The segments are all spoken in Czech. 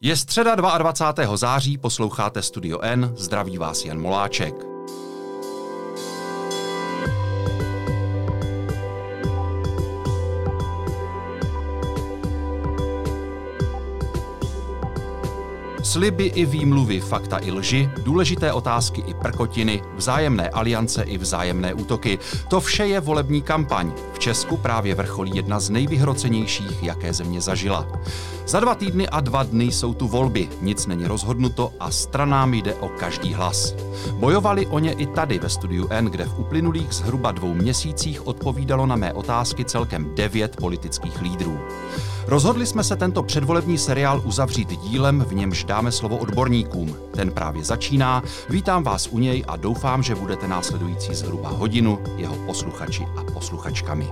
Je středa 22. září, posloucháte Studio N, zdraví vás Jan Moláček. Sliby i výmluvy, fakta i lži, důležité otázky i prkotiny, vzájemné aliance i vzájemné útoky. To vše je volební kampaň. V Česku právě vrcholí jedna z nejvyhrocenějších, jaké země zažila. Za 2 týdny a 2 dny jsou tu volby, nic není rozhodnuto a stranám jde o každý hlas. Bojovali o ně i tady ve Studiu N, kde v uplynulých zhruba 2 měsících odpovídalo na mé otázky celkem 9 politických lídrů. Rozhodli jsme se tento předvolební seriál uzavřít dílem, v němž dáme slovo odborníkům. Ten právě začíná, vítám vás u něj a doufám, že budete následující zhruba hodinu jeho posluchači a posluchačkami.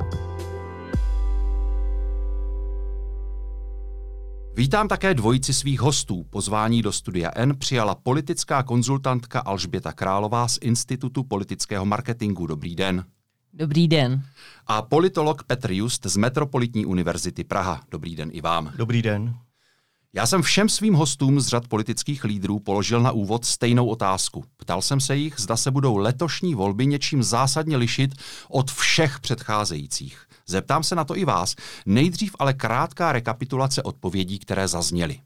Vítám také dvojici svých hostů. Pozvání do Studia N přijala politická konzultantka Alžběta Králová z Institutu politického marketingu. Dobrý den. Dobrý den. A politolog Petr Just z Metropolitní univerzity Praha. Dobrý den i vám. Dobrý den. Já jsem všem svým hostům z řad politických lídrů položil na úvod stejnou otázku. Ptal jsem se jich, zda se budou letošní volby něčím zásadně lišit od všech předcházejících. Zeptám se na to i vás. Nejdřív ale krátká rekapitulace odpovědí, které zazněly.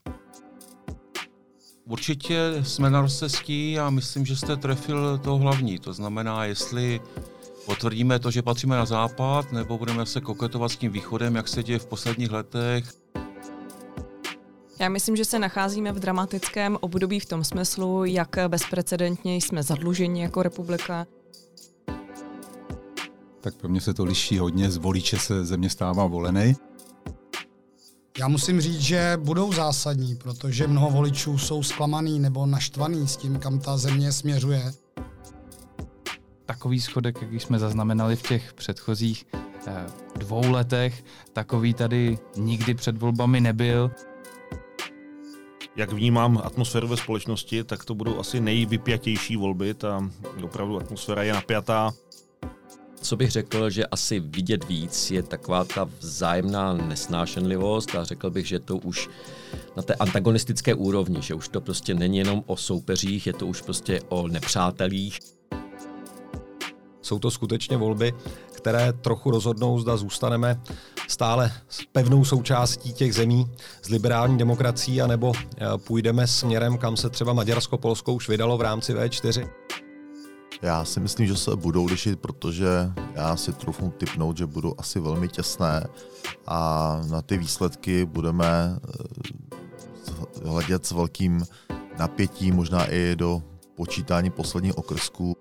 Určitě jsme na rozcestí a myslím, že jste trefil to hlavní. To znamená, jestli potvrdíme to, že patříme na západ, nebo budeme se koketovat s tím východem, jak se děje v posledních letech. Já myslím, že se nacházíme v dramatickém období v tom smyslu, jak bezprecedentně jsme zadluženi jako republika. Tak pro mě se to liší hodně, z voliče se země stává volenej. Já musím říct, že budou zásadní, protože mnoho voličů jsou zklamaný nebo naštvaný s tím, kam ta země směřuje. Takový schodek, jaký jsme zaznamenali v těch předchozích 2 letech, takový tady nikdy před volbami nebyl. Jak vnímám atmosféru ve společnosti, tak to budou asi nejvypjatější volby, ta opravdu atmosféra je napjatá. Co bych řekl, že asi vidět víc je taková ta vzájemná nesnášenlivost a řekl bych, že to už na té antagonistické úrovni, že už to prostě není jenom o soupeřích, je to už prostě o nepřátelích. Jsou to skutečně volby, které trochu rozhodnou, zda zůstaneme stále s pevnou součástí těch zemí s liberální demokracií, anebo půjdeme směrem, kam se třeba Maďarsko, Polsko už vydalo v rámci V4. Já si myslím, že se budou lišit, protože já si troufnu tipnout, že budou asi velmi těsné a na ty výsledky budeme hledět s velkým napětím, možná i do počítání posledních okrsků.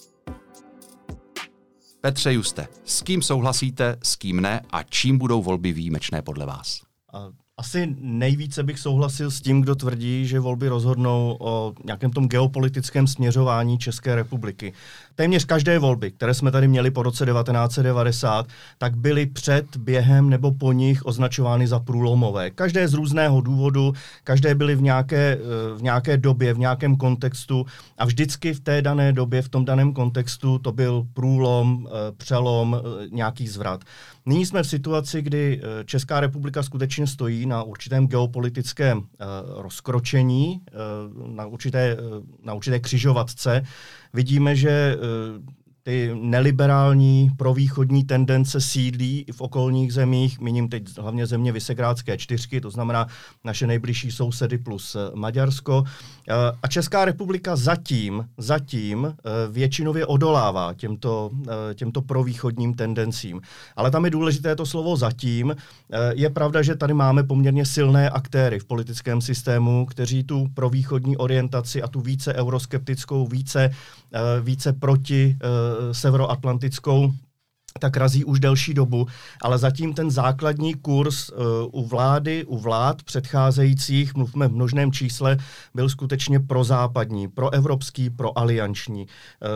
Petře Juste, s kým souhlasíte, s kým ne a čím budou volby výjimečné podle vás? Asi nejvíce bych souhlasil s tím, kdo tvrdí, že volby rozhodnou o nějakém tom geopolitickém směřování České republiky. Téměř každé volby, které jsme tady měli po roce 1990, tak byly před, během nebo po nich označovány za průlomové. Každé z různého důvodu, každé byly v nějaké době, v nějakém kontextu a vždycky v té dané době, v tom daném kontextu to byl průlom, přelom, nějaký zvrat. Nyní jsme v situaci, kdy Česká republika skutečně stojí na určitém geopolitickém rozkročení, na určité křižovatce. Vidíme, že ty neliberální provýchodní tendence sídlí i v okolních zemích, míním teď hlavně země Visegrádské 4, to znamená naše nejbližší sousedy plus Maďarsko. A Česká republika zatím většinově odolává těmto provýchodním tendencím. Ale tam je důležité to slovo zatím. Je pravda, že tady máme poměrně silné aktéry v politickém systému, kteří tu provýchodní orientaci a tu více euroskeptickou, více proti severoatlantickou tak razí už delší dobu, ale zatím ten základní kurz u vlád předcházejících, mluvme v množném čísle, byl skutečně prozápadní, proevropský, proalianční.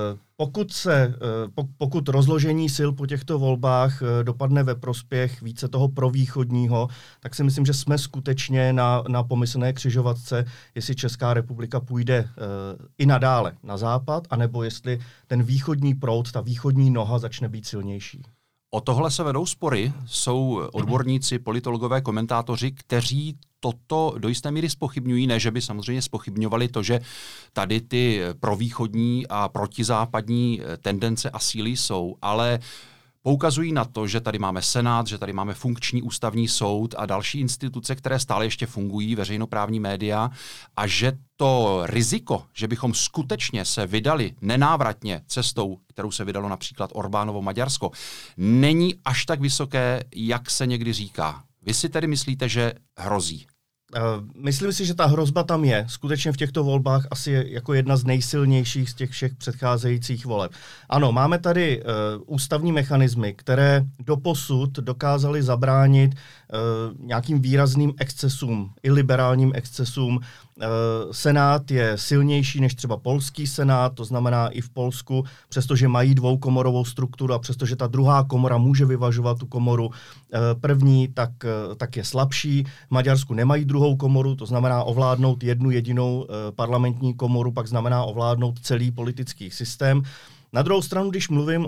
Pokud rozložení sil po těchto volbách dopadne ve prospěch více toho provýchodního, tak si myslím, že jsme skutečně na pomyslné křižovatce, jestli Česká republika půjde i nadále na západ, anebo jestli ten východní proud, ta východní noha začne být silnější. O tohle se vedou spory. Jsou odborníci, politologové, komentátoři, kteří toto do jisté míry zpochybňují, ne, že by samozřejmě zpochybňovali to, že tady ty provýchodní a protizápadní tendence a síly jsou, ale poukazují na to, že tady máme Senát, že tady máme funkční ústavní soud a další instituce, které stále ještě fungují, veřejnoprávní média, a že to riziko, že bychom skutečně se vydali nenávratně cestou, kterou se vydalo například Orbánovo Maďarsko, není až tak vysoké, jak se někdy říká. Vy si tedy myslíte, že hrozí? Myslím si, že ta hrozba tam je. Skutečně v těchto volbách asi jako jedna z nejsilnějších z těch všech předcházejících voleb. Ano, máme tady ústavní mechanismy, které doposud dokázaly zabránit nějakým výrazným excesům, i liberálním excesům. Senát je silnější než třeba polský senát, to znamená i v Polsku, přestože mají dvoukomorovou strukturu a přestože ta druhá komora může vyvažovat tu komoru první, tak je slabší. V Maďarsku nemají druhou komoru, to znamená ovládnout jednu jedinou parlamentní komoru, pak znamená ovládnout celý politický systém. Na druhou stranu, když mluvím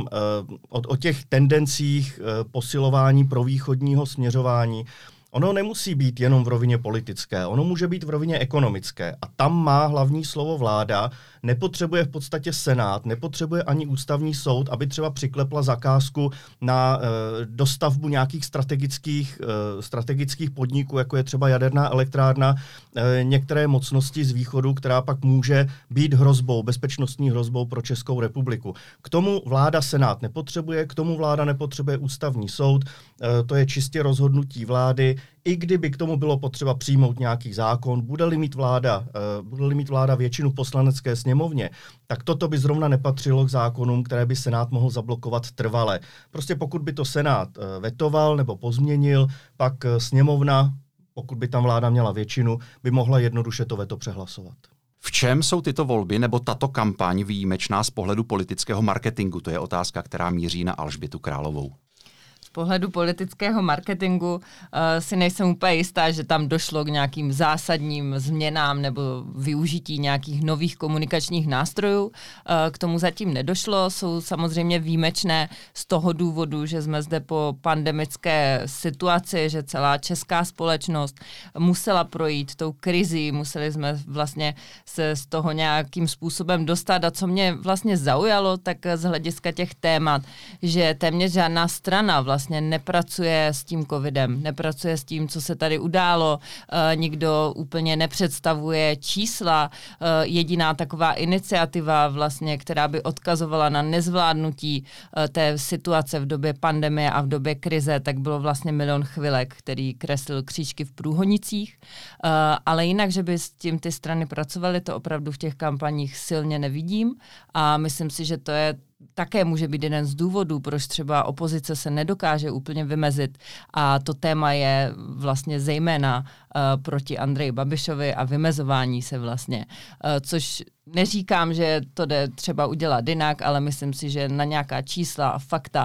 o těch tendencích posilování provýchodního směřování, ono nemusí být jenom v rovině politické, ono může být v rovině ekonomické. A tam má hlavní slovo vláda, nepotřebuje v podstatě Senát, nepotřebuje ani ústavní soud, aby třeba přiklepla zakázku na dostavbu nějakých strategických podniků, jako je třeba jaderná elektrárna, některé mocnosti z východu, která pak může být hrozbou, bezpečnostní hrozbou pro Českou republiku. K tomu vláda Senát nepotřebuje, k tomu vláda nepotřebuje ústavní soud, to je čistě rozhodnutí vlády. I kdyby k tomu bylo potřeba přijmout nějaký zákon, bude-li mít vláda většinu v poslanecké sněmovně, tak toto by zrovna nepatřilo k zákonům, které by Senát mohl zablokovat trvale. Prostě pokud by to Senát vetoval nebo pozměnil, pak sněmovna, pokud by tam vláda měla většinu, by mohla jednoduše to veto přehlasovat. V čem jsou tyto volby nebo tato kampaň výjimečná z pohledu politického marketingu? To je otázka, která míří na Alžbětu Královou. Z pohledu politického marketingu si nejsem úplně jistá, že tam došlo k nějakým zásadním změnám nebo využití nějakých nových komunikačních nástrojů. K tomu zatím nedošlo. Jsou samozřejmě výjimečné z toho důvodu, že jsme zde po pandemické situaci, že celá česká společnost musela projít tou krizí, museli jsme vlastně se z toho nějakým způsobem dostat. A co mě vlastně zaujalo, tak z hlediska těch témat, že téměř žádná strana vlastně nepracuje s tím covidem, nepracuje s tím, co se tady událo, nikdo úplně nepředstavuje čísla, jediná taková iniciativa vlastně, která by odkazovala na nezvládnutí té situace v době pandemie a v době krize, tak bylo vlastně Milion chvilek, který kreslil křížky v průhonicích, ale jinak, že by s tím ty strany pracovaly, to opravdu v těch kampaních silně nevidím a myslím si, že to je také může být jeden z důvodů, proč třeba opozice se nedokáže úplně vymezit a to téma je vlastně zejména proti Andreji Babišovi a vymezování se vlastně, což neříkám, že to jde třeba udělat jinak, ale myslím si, že na nějaká čísla a fakta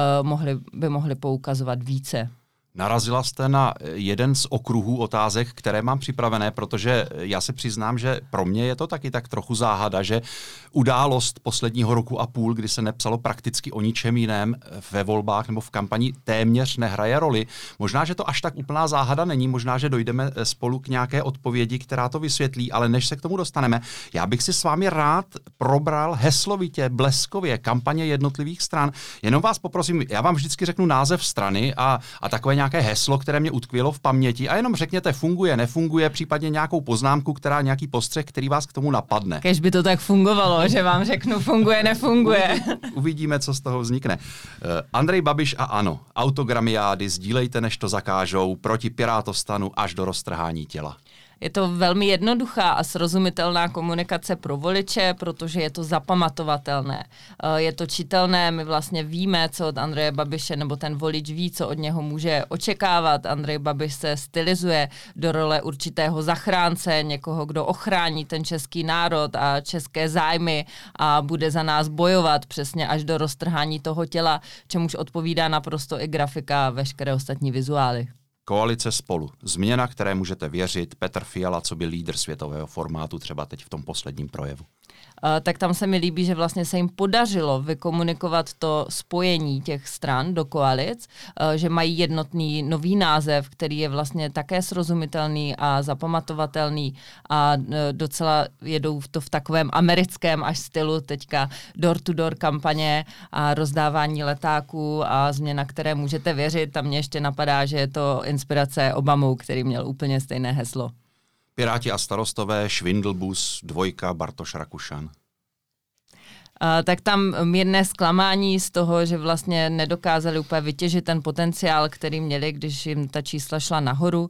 by mohly poukazovat více. Narazila jste na jeden z okruhů otázek, které mám připravené, protože já se přiznám, že pro mě je to taky tak trochu záhada, že událost posledního roku a půl, kdy se nepsalo prakticky o ničem jiném ve volbách nebo v kampani, téměř nehraje roli. Možná, že to až tak úplná záhada není, možná, že dojdeme spolu k nějaké odpovědi, která to vysvětlí, ale než se k tomu dostaneme, já bych si s vámi rád probral heslovitě, bleskově kampaně jednotlivých stran. Jenom vás poprosím, já vám vždycky řeknu název strany a takové nějaké heslo, které mě utkvělo v paměti a jenom řekněte funguje, nefunguje, případně nějakou poznámku, nějaký postřeh, který vás k tomu napadne. Kež by to tak fungovalo, že vám řeknu funguje, nefunguje. Uvidíme, co z toho vznikne. Andrej Babiš a ANO. Autogramiády, sdílejte, než to zakážou, proti Pirátostanu až do roztrhání těla. Je to velmi jednoduchá a srozumitelná komunikace pro voliče, protože je to zapamatovatelné. Je to čitelné, my vlastně víme, co od Andreje Babiše, nebo ten volič ví, co od něho může očekávat. Andrej Babiš se stylizuje do role určitého zachránce, někoho, kdo ochrání ten český národ a české zájmy a bude za nás bojovat přesně až do roztrhání toho těla, čemuž odpovídá naprosto i grafika a veškeré ostatní vizuály. Koalice Spolu. Změna, které můžete věřit. Petr Fiala, co by lídr světového formátu, třeba teď v tom posledním projevu. tak tam se mi líbí, že vlastně se jim podařilo vykomunikovat to spojení těch stran do koalic, že mají jednotný nový název, který je vlastně také srozumitelný a zapamatovatelný a docela jedou to v takovém americkém až stylu teďka door-to-door kampaně a rozdávání letáků a změna, které můžete věřit. Tam mě ještě napadá, že je to inspirace Obamou, který měl úplně stejné heslo. Piráti a starostové, Švindelbus, 2, Bartoš Rakušan. Tak tam mírné zklamání z toho, že vlastně nedokázali úplně vytěžit ten potenciál, který měli, když jim ta čísla šla nahoru,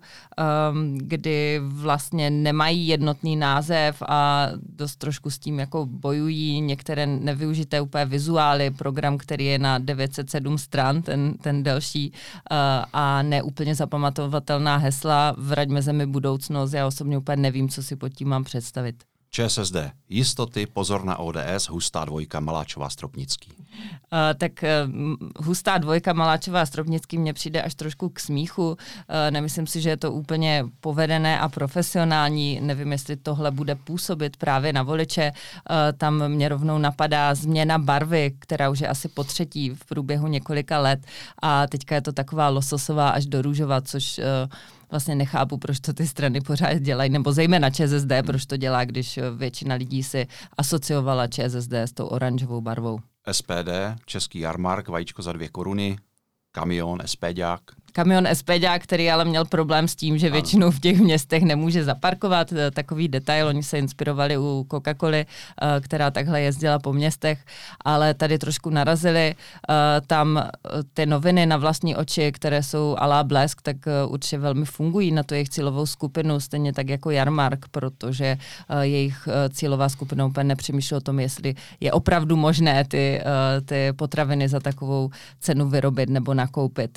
kdy vlastně nemají jednotný název a dost trošku s tím jako bojují některé nevyužité úplně vizuály, program, který je na 907 stran, ten delší, a neúplně zapamatovatelná hesla, vraťme zemi budoucnost, já osobně úplně nevím, co si pod tím mám představit. ČSSD. Jistoty, pozor na ODS, hustá 2, Maláčová Stropnický. Tak hustá 2, Maláčová Stropnický mně přijde až trošku k smíchu. Nemyslím si, že je to úplně povedené a profesionální. Nevím, jestli tohle bude působit právě na voliče. Tam mě rovnou napadá změna barvy, která už je asi po třetí v průběhu několika let. A teďka je to taková lososová až do růžova, což vlastně nechápu, proč to ty strany pořád dělají, nebo zejména ČSSD, proč to dělá, když většina lidí si asociovala ČSSD s tou oranžovou barvou. SPD, český jarmark, vajíčko za 2 koruny, kamion, SPďák. Kamion SPďák, který ale měl problém s tím, že většinou v těch městech nemůže zaparkovat. Takový detail, oni se inspirovali u Coca-Coly, která takhle jezdila po městech, ale tady trošku narazili. Tam ty noviny na vlastní oči, které jsou à la Blesk, tak určitě velmi fungují na tu jejich cílovou skupinu, stejně tak jako jarmark, protože jejich cílová skupina úplně nepřemýšlí o tom, jestli je opravdu možné ty potraviny za takovou cenu vyrobit nebo nakoupit.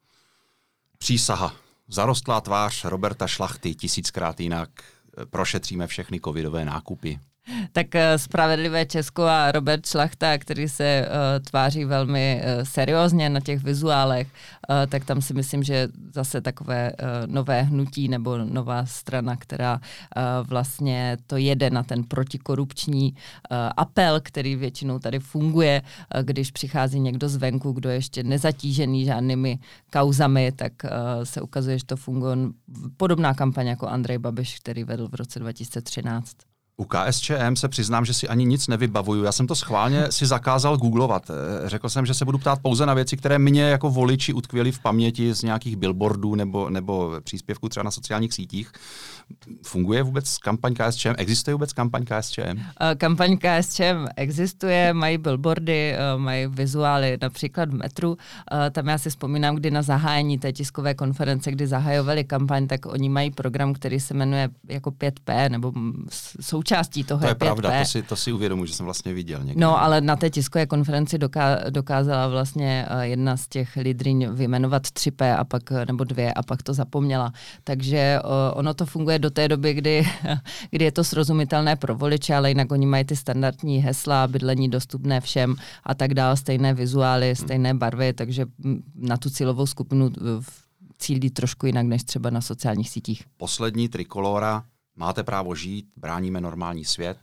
Přísaha. Zarostlá tvář Roberta Šlachty, 1000krát jinak. Prošetříme všechny covidové nákupy. Tak Spravedlivé Česko a Robert Šlachta, který se tváří velmi seriózně na těch vizuálech, tak tam si myslím, že zase takové nové hnutí nebo nová strana, která vlastně to jede na ten protikorupční apel, který většinou tady funguje, když přichází někdo zvenku, kdo je ještě nezatížený žádnými kauzami, tak se ukazuje, že to funguje. Podobná kampaň jako Andrej Babiš, který vedl v roce 2013. U KSČM se přiznám, že si ani nic nevybavuju. Já jsem to schválně si zakázal googlovat. Řekl jsem, že se budu ptát pouze na věci, které mě jako voliči utkvěly v paměti z nějakých billboardů nebo příspěvků třeba na sociálních sítích. Funguje vůbec kampaň KSČM? Existuje vůbec kampaň KSČM? Kampaň KSČM existuje, mají billboardy, mají vizuály, například v metru. Tam já si vzpomínám, kdy na zahájení té tiskové konference, kdy zahajovali kampaň, tak oni mají program, který se jmenuje jako 5P, nebo součástí toho to je 5P. pravda, to si uvědomuji, že jsem vlastně viděl někde. No, ale na té tiskové konferenci dokázala vlastně jedna z těch lídryň vyjmenovat 3P a pak, nebo 2 a pak to zapomněla. Takže ono to funguje do té doby, kdy je to srozumitelné pro voliče, ale jinak oni mají ty standardní hesla, bydlení dostupné všem a tak dále, stejné vizuály, stejné barvy, takže na tu cílovou skupinu cílí trošku jinak než třeba na sociálních sítích. Poslední Trikolóra. Máte právo žít, bráníme normální svět.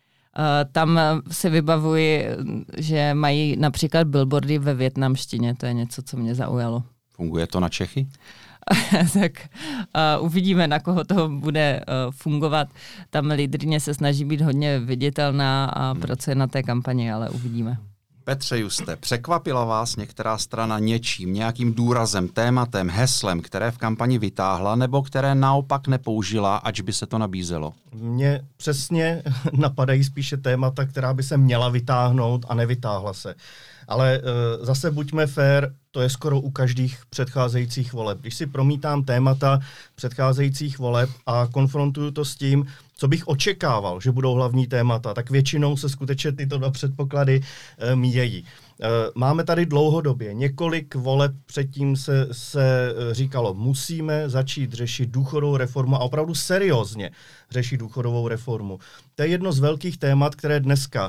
Tam si vybavuji, že mají například billboardy ve vietnamštině, to je něco, co mě zaujalo. Funguje to na Čechy? Tak uvidíme, na koho to bude fungovat. Tam lídryně se snaží být hodně viditelná a pracuje na té kampani, ale uvidíme. Petře Juste, překvapila vás některá strana něčím, nějakým důrazem, tématem, heslem, které v kampani vytáhla, nebo které naopak nepoužila, ač by se to nabízelo? Mně přesně napadají spíše témata, která by se měla vytáhnout a nevytáhla se. Ale zase buďme fair, to je skoro u každých předcházejících voleb. Když si promítám témata předcházejících voleb a konfrontuju to s tím, co bych očekával, že budou hlavní témata, tak většinou se skutečně tyto dva předpoklady míjejí. Máme tady dlouhodobě několik voleb, předtím se říkalo, musíme začít řešit důchodovou reformu a opravdu seriózně řešit důchodovou reformu. To je jedno z velkých témat, které dneska v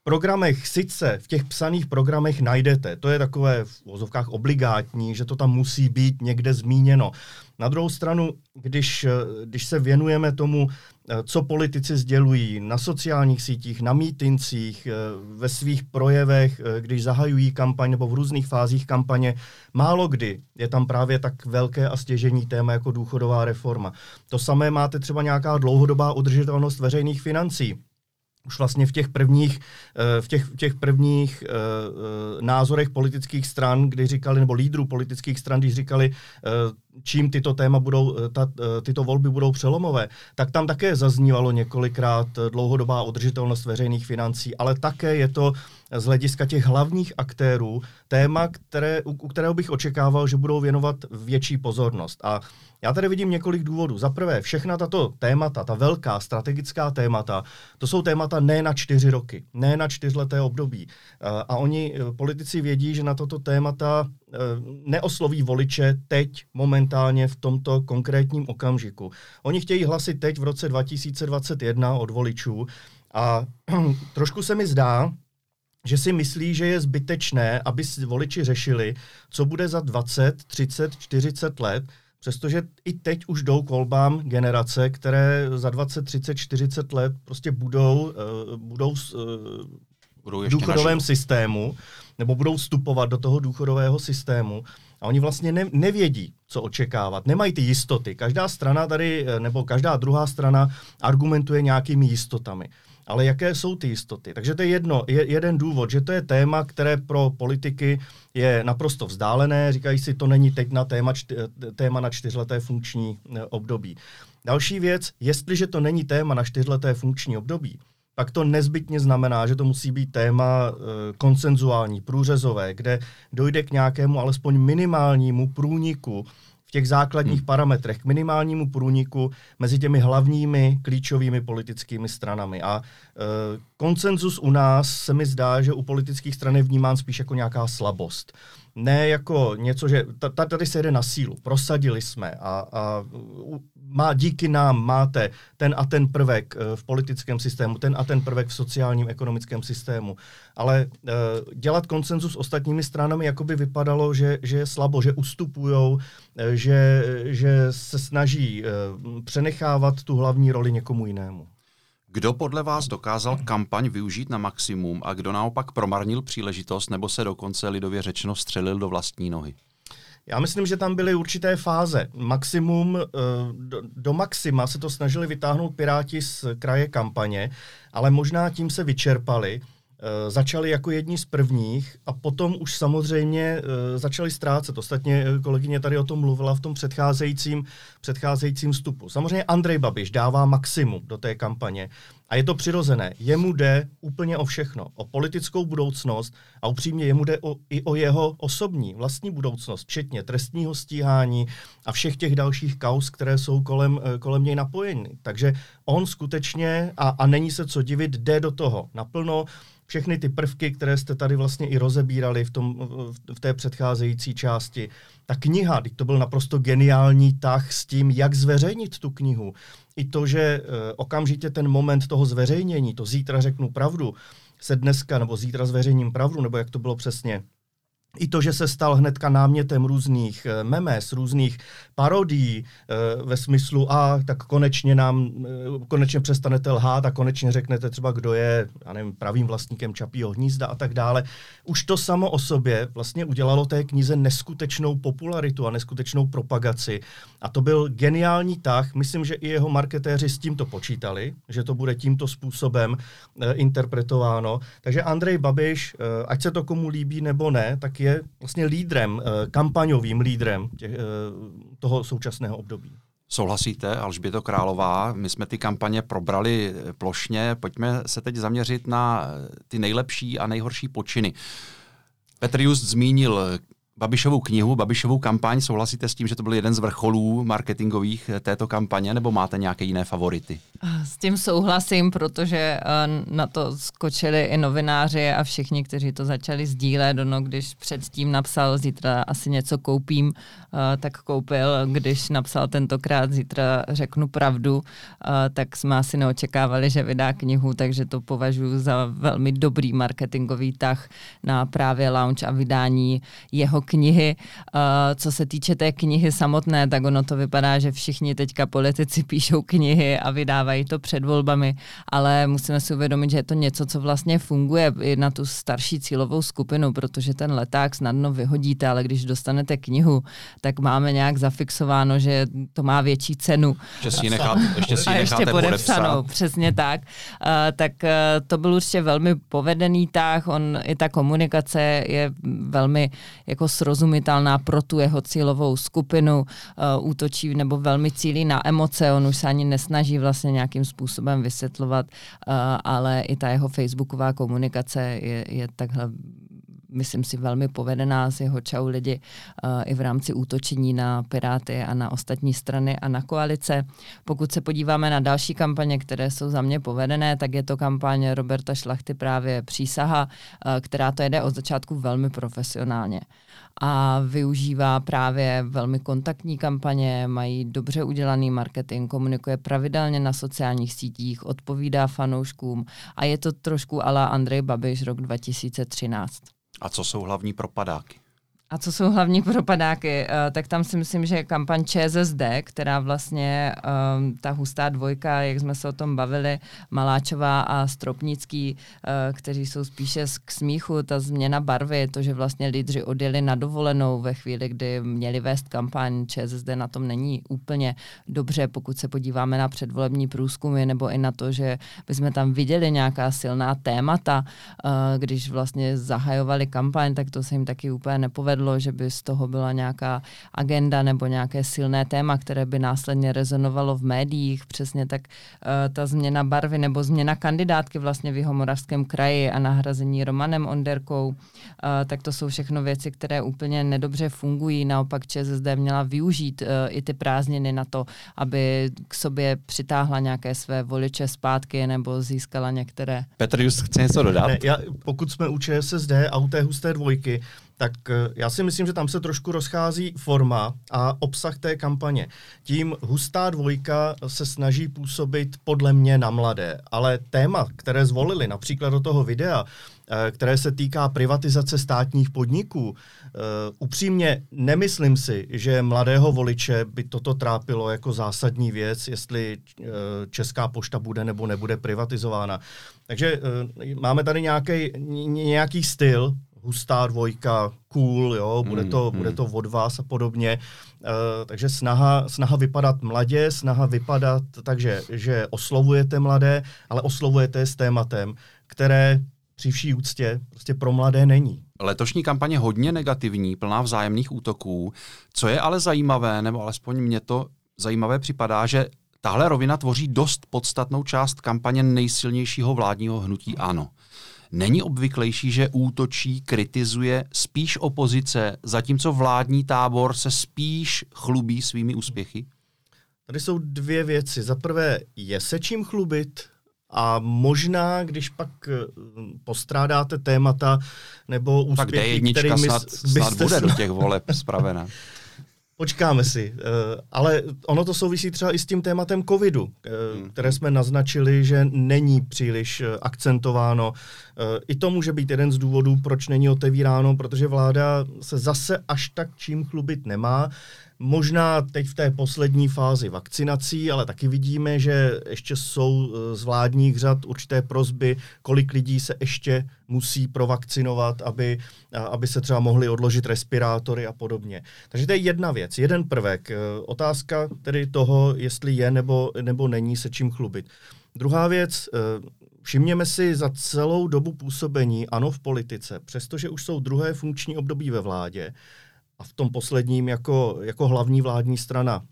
programech sice, v těch psaných programech najdete, to je takové v uvozovkách obligátní, že to tam musí být někde zmíněno. Na druhou stranu, když se věnujeme tomu, co politici sdělují na sociálních sítích, na mítincích, ve svých projevech, když zahajují kampaň nebo v různých fázích kampaně, málo kdy je tam právě tak velké a stěžejní téma jako důchodová reforma. To samé máte třeba nějaká dlouhodobá udržitelnost veřejných financí. Už vlastně v těch prvních názorech politických stran, kdy říkali, nebo lídrů politických stran, když říkali, čím tyto volby budou přelomové, tak tam také zaznívalo několikrát dlouhodobá udržitelnost veřejných financí, ale také je to z hlediska těch hlavních aktérů téma, u kterého bych očekával, že budou věnovat větší pozornost. A já tady vidím několik důvodů. Za prvé, všechna tato témata, ta velká strategická témata, to jsou témata ne na 4 roky, ne na 4leté období. A oni, politici, vědí, že na tato témata neosloví voliče teď, momentálně v tomto konkrétním okamžiku. Oni chtějí hlasy teď v roce 2021 od voličů a trošku se mi zdá, že si myslí, že je zbytečné, aby voliči řešili, co bude za 20, 30, 40 let, přestože i teď už jdou k volbám generace, které za 20, 30, 40 let prostě budou v důchodovém systému, nebo budou vstupovat do toho důchodového systému a oni vlastně nevědí, co očekávat. Nemají ty jistoty. Každá strana tady, nebo každá druhá strana argumentuje nějakými jistotami. Ale jaké jsou ty jistoty? Takže to je jeden důvod, že to je téma, které pro politiky je naprosto vzdálené. Říkají si, to není teď na téma na 4leté funkční období. Další věc, jestliže to není téma na 4leté funkční období, pak to nezbytně znamená, že to musí být téma konsenzuální, průřezové, kde dojde k nějakému alespoň minimálnímu průniku v těch základních parametrech, k minimálnímu průniku mezi těmi hlavními klíčovými politickými stranami. A konsenzus u nás se mi zdá, že u politických stran je vnímán spíš jako nějaká slabost. Ne jako něco, že tady se jede na sílu, prosadili jsme a díky nám máte ten a ten prvek v politickém systému, ten a ten prvek v sociálním ekonomickém systému. Ale dělat konsenzus s ostatními stranami jako by vypadalo, že je slabo, že ustupujou, že se snaží přenechávat tu hlavní roli někomu jinému. Kdo podle vás dokázal kampaň využít na maximum a kdo naopak promarnil příležitost nebo se dokonce lidově řečeno střelil do vlastní nohy? Já myslím, že tam byly určité fáze. Do maxima se to snažili vytáhnout Piráti z kraje kampaně, ale možná tím se vyčerpali. Začali jako jedni z prvních a potom už samozřejmě začali ztrácet. Ostatně kolegyně tady o tom mluvila v tom předcházejícím vstupu. Samozřejmě Andrej Babiš dává maximum do té kampaně a je to přirozené. Jemu jde úplně o všechno. O politickou budoucnost a upřímně jemu jde i o jeho osobní, vlastní budoucnost, včetně trestního stíhání a všech těch dalších kauz, které jsou kolem něj napojeny. Takže on skutečně, a není se co divit, jde do toho naplno. Všechny ty prvky, které jste tady vlastně i rozebírali v té předcházející části. Ta kniha, to byl naprosto geniální tah s tím, jak zveřejnit tu knihu. I to, že okamžitě ten moment toho zveřejnění, to zítra řeknu pravdu, se dneska, nebo zítra zveřejním pravdu, nebo jak to bylo přesně, i to, že se stal hnedka námětem různých memes, různých parodií ve smyslu tak konečně přestanete lhát a konečně řeknete třeba, kdo je, já nevím, pravým vlastníkem Čapího hnízda a tak dále. Už to samo o sobě vlastně udělalo té knize neskutečnou popularitu a neskutečnou propagaci. A to byl geniální tah. Myslím, že i jeho marketéři s tímto počítali, že to bude tímto způsobem interpretováno. Takže Andrej Babiš, ať se to komu líbí nebo ne, tak je vlastně lídrem, kampaňovým lídrem toho současného období. Souhlasíte, Alžběto Králová? My jsme ty kampaně probrali plošně, pojďme se teď zaměřit na ty nejlepší a nejhorší počiny. Petr Just zmínil Babišovu knihu, Babišovu kampaň. Souhlasíte s tím, že to byl jeden z vrcholů marketingových této kampaně, nebo máte nějaké jiné favority? S tím souhlasím, protože na to skočili i novináři a všichni, kteří to začali sdílet. Když předtím napsal zítra asi něco koupím, tak koupil. Když napsal tentokrát zítra řeknu pravdu, tak jsme asi neočekávali, že vydá knihu, takže to považuji za velmi dobrý marketingový tah na právě launch a vydání jeho knihy. Co se týče té knihy samotné, tak ono to vypadá, že všichni teďka politici píšou knihy a vydávají to před volbami, ale musíme si uvědomit, že je to něco, co vlastně funguje i na tu starší cílovou skupinu, protože ten leták snadno vyhodíte, ale když dostanete knihu, tak máme nějak zafixováno, že to má větší cenu. Ještě podepsanou. Přesně tak. Tak to byl určitě velmi povedený tah, i ta komunikace je velmi jako srozumitelná pro tu jeho cílovou skupinu, útočí nebo velmi cílí na emoce, on už se ani nesnaží vlastně nějakým způsobem vysvětlovat, ale i ta jeho facebooková komunikace je takhle, myslím si, velmi povedená z jeho čau lidi i v rámci útočení na Piráty a na ostatní strany a na koalice. Pokud se podíváme na další kampaně, které jsou za mě povedené, tak je to kampaň Roberta Šlachty právě Přísaha, která to jede od začátku velmi profesionálně a využívá právě velmi kontaktní kampaně, mají dobře udělaný marketing, komunikuje pravidelně na sociálních sítích, odpovídá fanouškům a je to trošku ala Andrej Babiš rok 2013. A co jsou hlavní propadáky? Tak tam si myslím, že je kampaň ČSSD, která vlastně ta hustá dvojka, jak jsme se o tom bavili, Maláčová a Stropnický, kteří jsou spíše k smíchu, ta změna barvy, to, že vlastně lídři odjeli na dovolenou ve chvíli, kdy měli vést kampaň, ČSSD na tom není úplně dobře, pokud se podíváme na předvolební průzkumy, nebo i na to, že bychom tam viděli nějaká silná témata, když vlastně zahajovali kampaň, tak to se jim taky úplně nepovedlo, že by z toho byla nějaká agenda nebo nějaké silné téma, které by následně rezonovalo v médiích. Přesně tak ta změna barvy nebo změna kandidátky vlastně v Jihomoravském kraji a nahrazení Romanem Onderkou, tak to jsou všechno věci, které úplně nedobře fungují. Naopak ČSSD měla využít i ty prázdniny na to, aby k sobě přitáhla nějaké své voliče zpátky nebo získala některé. Petr Just chce něco dodat? Pokud jsme u ČSSD a u té husté dvojky, tak já si myslím, že tam se trošku rozchází forma a obsah té kampaně. Tím hustá dvojka se snaží působit podle mě na mladé, ale téma, které zvolili například do toho videa, které se týká privatizace státních podniků, upřímně nemyslím si, že mladého voliče by toto trápilo jako zásadní věc, jestli Česká pošta bude nebo nebude privatizována. Takže máme tady nějaký styl, hustá dvojka, cool, jo, bude to od vás a podobně. Takže snaha vypadat mladě, snaha vypadat takže, že oslovujete mladé, ale oslovujete je s tématem, které při vší úctě prostě pro mladé není. Letošní kampaně hodně negativní, plná vzájemných útoků. Co je ale zajímavé, nebo alespoň mně to zajímavé připadá, že tahle rovina tvoří dost podstatnou část kampaně nejsilnějšího vládního hnutí ANO. Není obvyklejší, že útočí, kritizuje spíš opozice, zatímco vládní tábor se spíš chlubí svými úspěchy? Tady jsou dvě věci. Za prvé, je se čím chlubit a možná, když pak postrádáte témata nebo úspěchy, kterými snad bude do těch voleb spravená. Počkáme si, ale ono to souvisí třeba i s tím tématem covidu, které jsme naznačili, že není příliš akcentováno. I to může být jeden z důvodů, proč není otevíráno, protože vláda se zase až tak čím chlubit nemá. Možná teď v té poslední fázi vakcinací, ale taky vidíme, že ještě jsou z vládních řad určité prosby, kolik lidí se ještě musí provakcinovat, aby se třeba mohli odložit respirátory a podobně. Takže to je jedna věc, jeden prvek. Otázka tedy toho, jestli je nebo není se čím chlubit. Druhá věc, všimněme si za celou dobu působení ANO v politice, přestože už jsou druhé funkční období ve vládě, a v tom posledním jako hlavní vládní strana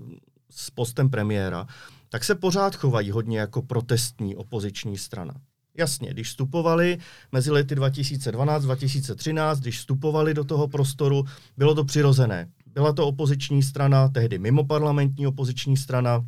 s postem premiéra, tak se pořád chovají hodně jako protestní opoziční strana. Jasně, když vstupovali mezi lety 2012-2013, když vstupovali do toho prostoru, bylo to přirozené. Byla to opoziční strana, tehdy mimoparlamentní opoziční strana.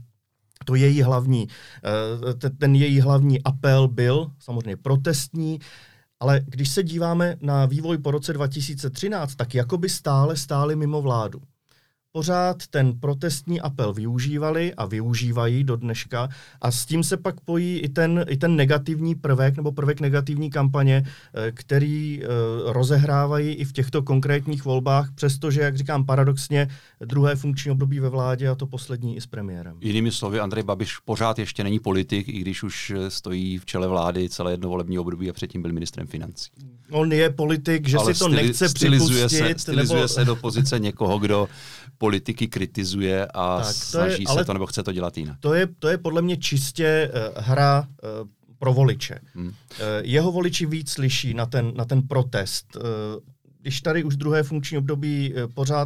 Ten její hlavní apel byl samozřejmě protestní, ale když se díváme na vývoj po roce 2013, tak jakoby stáli mimo vládu. Pořád ten protestní apel využívali a využívají do dneška a s tím se pak pojí i ten negativní prvek nebo prvek negativní kampaně, který rozehrávají i v těchto konkrétních volbách, přestože, jak říkám, paradoxně druhé funkční období ve vládě a to poslední i s premiérem. Jinými slovy, Andrej Babiš pořád ještě není politik, i když už stojí v čele vlády celé jedno volební období a předtím byl ministrem financí. On je politik, že ale si to nechce připustit. Stylizuje se do pozice někoho, kdo politiky kritizuje a snaží se to nebo chce to dělat jinak. To je podle mě čistě hra pro voliče. Jeho voliči víc slyší na ten protest. Když tady už druhé funkční období pořád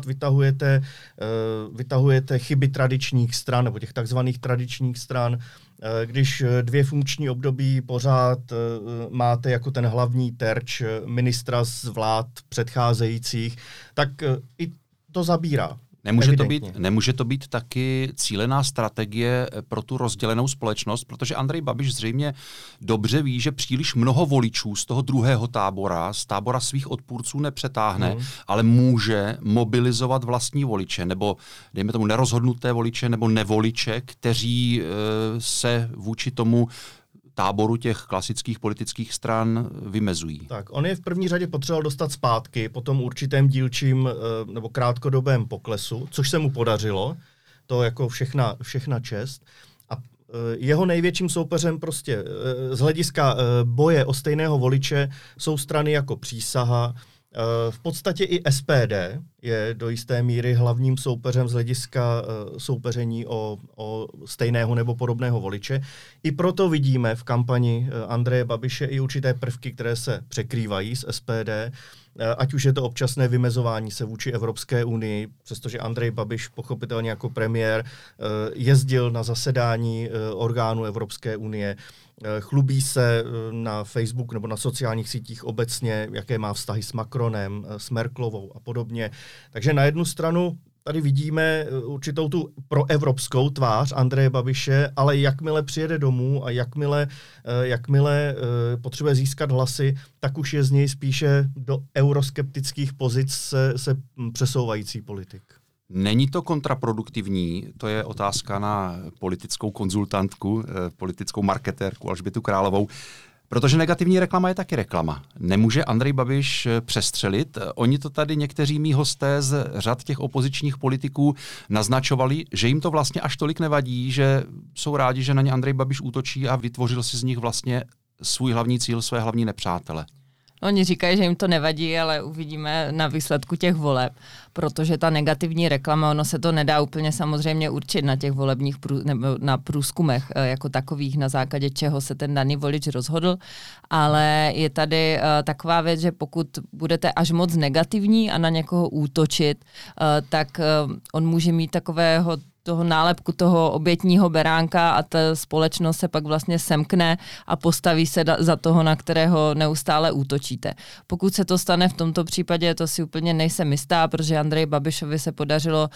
vytahujete chyby tradičních stran nebo těch takzvaných tradičních stran, když dvě funkční období pořád máte jako ten hlavní terč ministra z vlád předcházejících, tak i to zabírá. Nemůže to být taky cílená strategie pro tu rozdělenou společnost, protože Andrej Babiš zřejmě dobře ví, že příliš mnoho voličů z toho druhého tábora, z tábora svých odpůrců nepřetáhne, ale může mobilizovat vlastní voliče, nebo dejme tomu nerozhodnuté voliče, nebo nevoliče, kteří se vůči tomu táboru těch klasických politických stran vymezují. Tak, on je v první řadě potřeboval dostat zpátky po tom určitém dílčím nebo krátkodobém poklesu, což se mu podařilo, to jako všechna čest. A jeho největším soupeřem prostě z hlediska boje o stejného voliče jsou strany jako Přísaha. V podstatě i SPD je do jisté míry hlavním soupeřem z hlediska soupeření o stejného nebo podobného voliče. I proto vidíme v kampani Andreje Babiše i určité prvky, které se překrývají s SPD, ať už je to občasné vymezování se vůči Evropské unii, přestože Andrej Babiš pochopitelně jako premiér jezdil na zasedání orgánů Evropské unie, chlubí se na Facebook nebo na sociálních sítích obecně, jaké má vztahy s Macronem, s Merkelovou a podobně. Takže na jednu stranu tady vidíme určitou tu proevropskou tvář Andreje Babiše, ale jakmile přijede domů a jakmile potřebuje získat hlasy, tak už je z něj spíše do euroskeptických pozic se přesouvající politik. Není to kontraproduktivní? To je otázka na politickou konzultantku, politickou marketérku Alžbětu Královou. Protože negativní reklama je taky reklama. Nemůže Andrej Babiš přestřelit? Oni to tady někteří mí hosté z řad těch opozičních politiků naznačovali, že jim to vlastně až tolik nevadí, že jsou rádi, že na ně Andrej Babiš útočí a vytvořil si z nich vlastně svůj hlavní cíl, své hlavní nepřátele. Oni říkají, že jim to nevadí, ale uvidíme na výsledku těch voleb, protože ta negativní reklama, ono se to nedá úplně samozřejmě určit na těch volebních nebo na průzkumech jako takových, na základě čeho se ten daný volič rozhodl, ale je tady taková věc, že pokud budete až moc negativní a na někoho útočit, tak on může mít toho nálepku toho obětního beránka a ta společnost se pak vlastně semkne a postaví se za toho, na kterého neustále útočíte. Pokud se to stane v tomto případě, to si úplně nejsem jistá, protože Andreji Babišovi se podařilo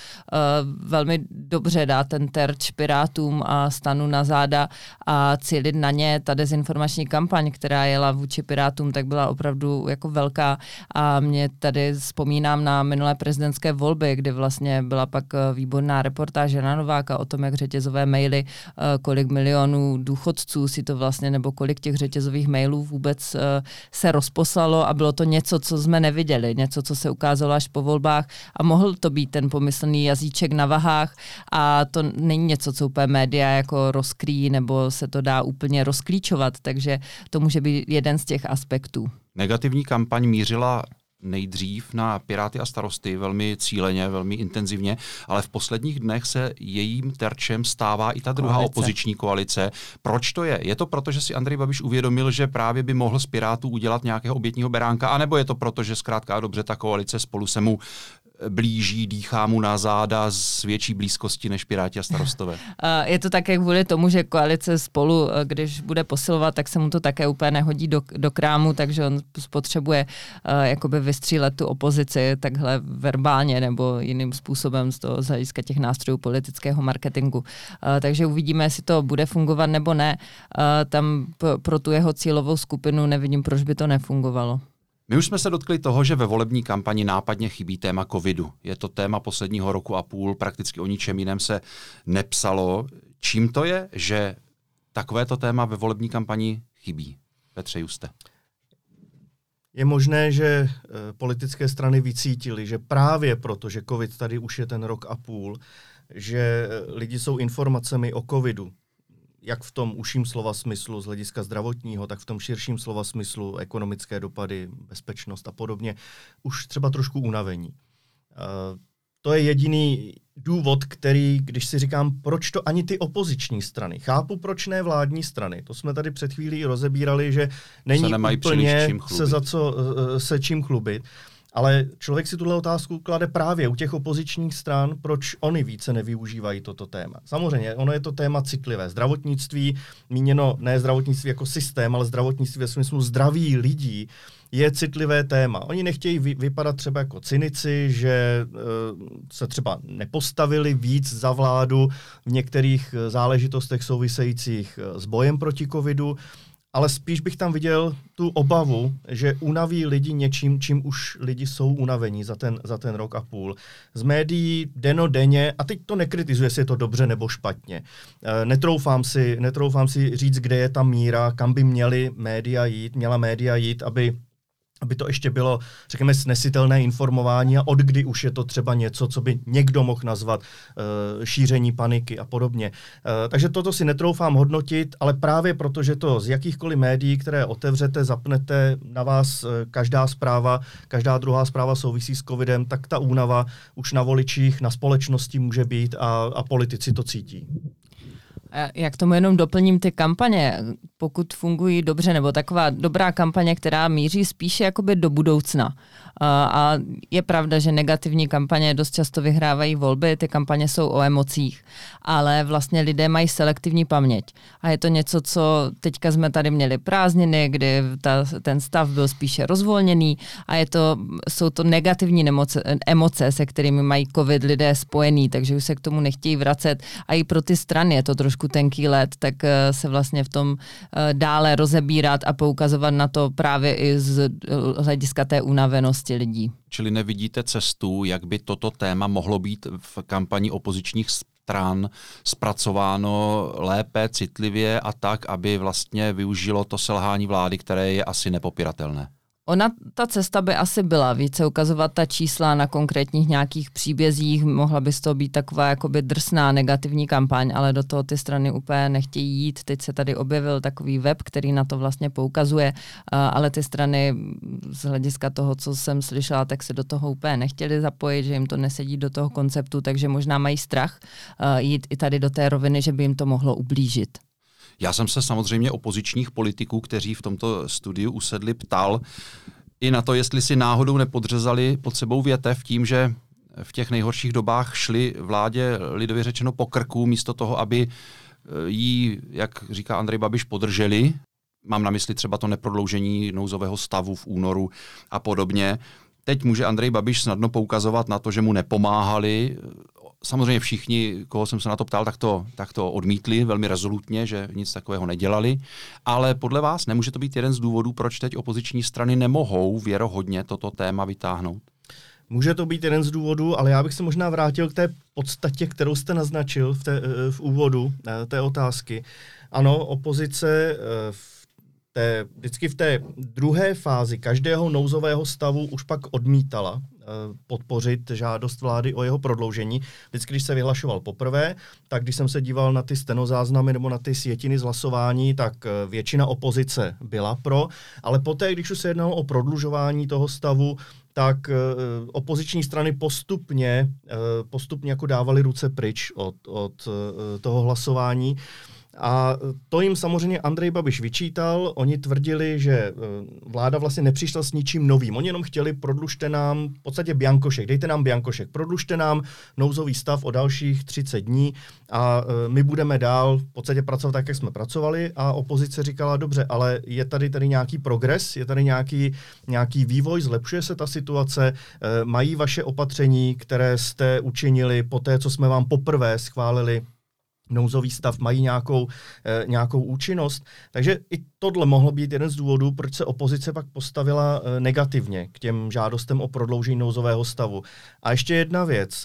velmi dobře dát ten terč Pirátům a STANu na záda a cílit na ně. Ta dezinformační kampaň, která jela vůči Pirátům, tak byla opravdu jako velká a mě tady vzpomínám na minulé prezidentské volby, kdy vlastně byla pak výborná reportáž Jana Nováka o tom, jak řetězové maily, kolik milionů důchodců si to vlastně, nebo kolik těch řetězových mailů vůbec se rozposlalo a bylo to něco, co jsme neviděli, něco, co se ukázalo až po volbách a mohl to být ten pomyslný jazyček na vahách a to není něco, co úplně média jako rozkryjí nebo se to dá úplně rozklíčovat, takže to může být jeden z těch aspektů. Negativní kampaň mířila nejdřív na Piráty a Starosty velmi cíleně, velmi intenzivně, ale v posledních dnech se jejím terčem stává i ta druhá opoziční koalice. Proč to je? Je to proto, že si Andrej Babiš uvědomil, že právě by mohl z Pirátů udělat nějakého obětního beránka, anebo je to proto, že zkrátka a dobře ta koalice Spolu se mu blíží, dýchá mu na záda z větší blízkosti než Piráti a Starostové? Je to také kvůli tomu, že koalice Spolu, když bude posilovat, tak se mu to také úplně nehodí do krámu, takže on potřebuje jakoby vystřílet tu opozici takhle verbálně nebo jiným způsobem z hlediska těch nástrojů politického marketingu. Takže uvidíme, jestli to bude fungovat nebo ne. Tam pro tu jeho cílovou skupinu nevidím, proč by to nefungovalo. My už jsme se dotkli toho, že ve volební kampani nápadně chybí téma covidu. Je to téma posledního roku a půl, prakticky o ničem jiném se nepsalo. Čím to je, že takovéto téma ve volební kampani chybí? Petře Juste. Je možné, že politické strany vycítily, že právě proto, že covid tady už je ten rok a půl, že lidi jsou informacemi o covidu, jak v tom užším slova smyslu z hlediska zdravotního, tak v tom širším slova smyslu ekonomické dopady, bezpečnost a podobně, už třeba trošku unavení. To je jediný důvod, který, když si říkám, proč to ani ty opoziční strany, chápu, proč ne vládní strany, to jsme tady před chvílí rozebírali, že není úplně se čím chlubit, ale člověk si tuhle otázku klade právě u těch opozičních stran, proč oni více nevyužívají toto téma. Samozřejmě, ono je to téma citlivé. Zdravotnictví, míněno ne zdravotnictví jako systém, ale zdravotnictví ve smyslu zdraví lidí, je citlivé téma. Oni nechtějí vypadat třeba jako cynici, že se třeba nepostavili víc za vládu v některých záležitostech souvisejících s bojem proti covidu, ale spíš bych tam viděl tu obavu, že unaví lidi něčím, čím už lidi jsou unavení za ten rok a půl. Z médií dennodenně, a teď to nekritizuje, jestli je to dobře nebo špatně. Netroufám si říct, kde je ta míra, kam by měla média jít, aby to ještě bylo, řekněme, snesitelné informování a od kdy už je to třeba něco, co by někdo mohl nazvat šíření paniky a podobně. Takže toto si netroufám hodnotit, ale právě proto, že to z jakýchkoliv médií, které otevřete, zapnete, na vás každá druhá zpráva souvisí s covidem, tak ta únava už na voličích, na společnosti může být a politici to cítí. Jak tomu jenom doplním ty kampaně, pokud fungují dobře, nebo taková dobrá kampaně, která míří spíše jakoby do budoucna. A je pravda, že negativní kampaně dost často vyhrávají volby, ty kampaně jsou o emocích, ale vlastně lidé mají selektivní paměť. A je to něco, co teďka jsme tady měli prázdniny, kdy ten stav byl spíše rozvolněný a jsou to negativní emoce, se kterými mají covid lidé spojený, takže už se k tomu nechtějí vracet. A i pro ty strany je to trošku tenký led, tak se vlastně v tom dále rozebírat a poukazovat na to právě i z hlediska té unavenosti lidí. Čili nevidíte cestu, jak by toto téma mohlo být v kampani opozičních stran zpracováno lépe, citlivě a tak, aby vlastně využilo to selhání vlády, které je asi nepopiratelné? Ta cesta by asi byla více ukazovat ta čísla na konkrétních nějakých příbězích, mohla by z toho být taková jakoby drsná negativní kampaň, ale do toho ty strany úplně nechtějí jít. Teď se tady objevil takový web, který na to vlastně poukazuje, ale ty strany z hlediska toho, co jsem slyšela, tak se do toho úplně nechtěli zapojit, že jim to nesedí do toho konceptu, takže možná mají strach jít i tady do té roviny, že by jim to mohlo ublížit. Já jsem se samozřejmě opozičních politiků, kteří v tomto studiu usedli, ptal i na to, jestli si náhodou nepodřezali pod sebou větev tím, že v těch nejhorších dobách šli vládě lidově řečeno po krku, místo toho, aby jí, jak říká Andrej Babiš, podrželi. Mám na mysli třeba to neprodloužení nouzového stavu v únoru a podobně. Teď může Andrej Babiš snadno poukazovat na to, že mu nepomáhali. Samozřejmě všichni, koho jsem se na to ptal, tak to odmítli velmi rezolutně, že nic takového nedělali. Ale podle vás nemůže to být jeden z důvodů, proč teď opoziční strany nemohou věrohodně toto téma vytáhnout? Může to být jeden z důvodů, ale já bych se možná vrátil k té podstatě, kterou jste naznačil v úvodu té otázky. Ano, opozice vždycky v té druhé fázi každého nouzového stavu už pak odmítala podpořit žádost vlády o jeho prodloužení. Vždycky, když se vyhlašoval poprvé, tak když jsem se díval na ty stenozáznamy nebo na ty sjetiny z hlasování, tak většina opozice byla pro, ale poté, když už se jednalo o prodlužování toho stavu, tak opoziční strany postupně jako dávaly ruce pryč od toho hlasování. A to jim samozřejmě Andrej Babiš vyčítal. Oni tvrdili, že vláda vlastně nepřišla s ničím novým. Oni jenom chtěli, prodlužte nám v podstatě biankošek, dejte nám biankošek, prodlužte nám nouzový stav o dalších 30 dní a my budeme dál v podstatě pracovat tak, jak jsme pracovali, a opozice říkala, dobře, ale je tady nějaký progres, je tady nějaký vývoj, zlepšuje se ta situace, mají vaše opatření, které jste učinili po té, co jsme vám poprvé schválili nouzový stav, mají nějakou účinnost. Takže i tohle mohlo být jeden z důvodů, proč se opozice pak postavila negativně k těm žádostem o prodloužení nouzového stavu. A ještě jedna věc.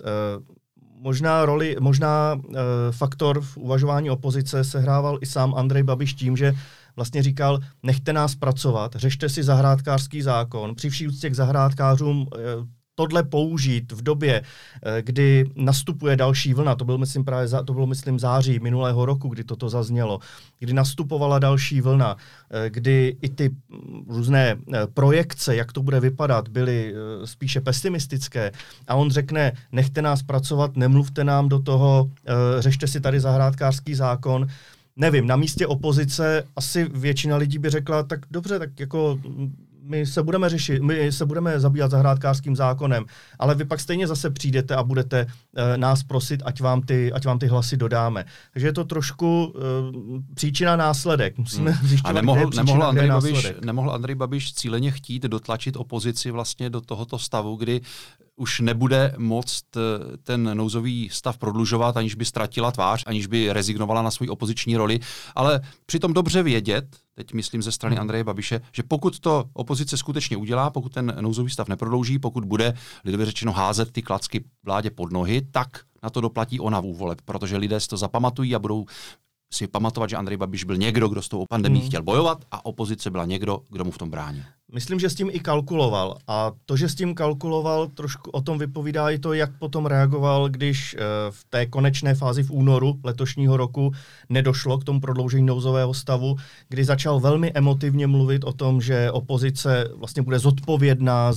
Možná faktor v uvažování opozice sehrával i sám Andrej Babiš tím, že vlastně říkal, nechte nás pracovat, řešte si zahrádkářský zákon, při vší úctě k zahrádkářům tohle použít v době, kdy nastupuje další vlna, to bylo myslím září minulého roku, kdy toto zaznělo, kdy nastupovala další vlna, kdy i ty různé projekce, jak to bude vypadat, byly spíše pesimistické, a on řekne, nechte nás pracovat, nemluvte nám do toho, řešte si tady zahrádkářský zákon. Nevím, na místě opozice asi většina lidí by řekla, tak dobře, tak jako my se budeme zabývat zahrádkářským zákonem, ale vy pak stejně zase přijdete a budete nás prosit, ať vám ty hlasy dodáme. Takže je to trošku příčina následek. Musíme zjišťovat, nemohl Andrej Babiš cíleně chtít dotlačit opozici vlastně do tohoto stavu, kdy už nebude moct ten nouzový stav prodlužovat, aniž by ztratila tvář, aniž by rezignovala na svou opoziční roli, ale přitom dobře vědět, teď myslím ze strany Andreje Babiše, že pokud to opozice skutečně udělá, pokud ten nouzový stav neprodlouží, pokud bude lidově řečeno házet ty klacky vládě pod nohy, tak na to doplatí ona v voleb, protože lidé si to zapamatují a budou si pamatovat, že Andrej Babiš byl někdo, kdo s tou pandemií chtěl bojovat, a opozice byla někdo, kdo mu v tom brání. Myslím, že s tím i kalkuloval. A to, že s tím kalkuloval, trošku o tom vypovídá i to, jak potom reagoval, když v té konečné fázi v únoru letošního roku nedošlo k tomu prodloužení nouzového stavu, kdy začal velmi emotivně mluvit o tom, že opozice vlastně bude zodpovědná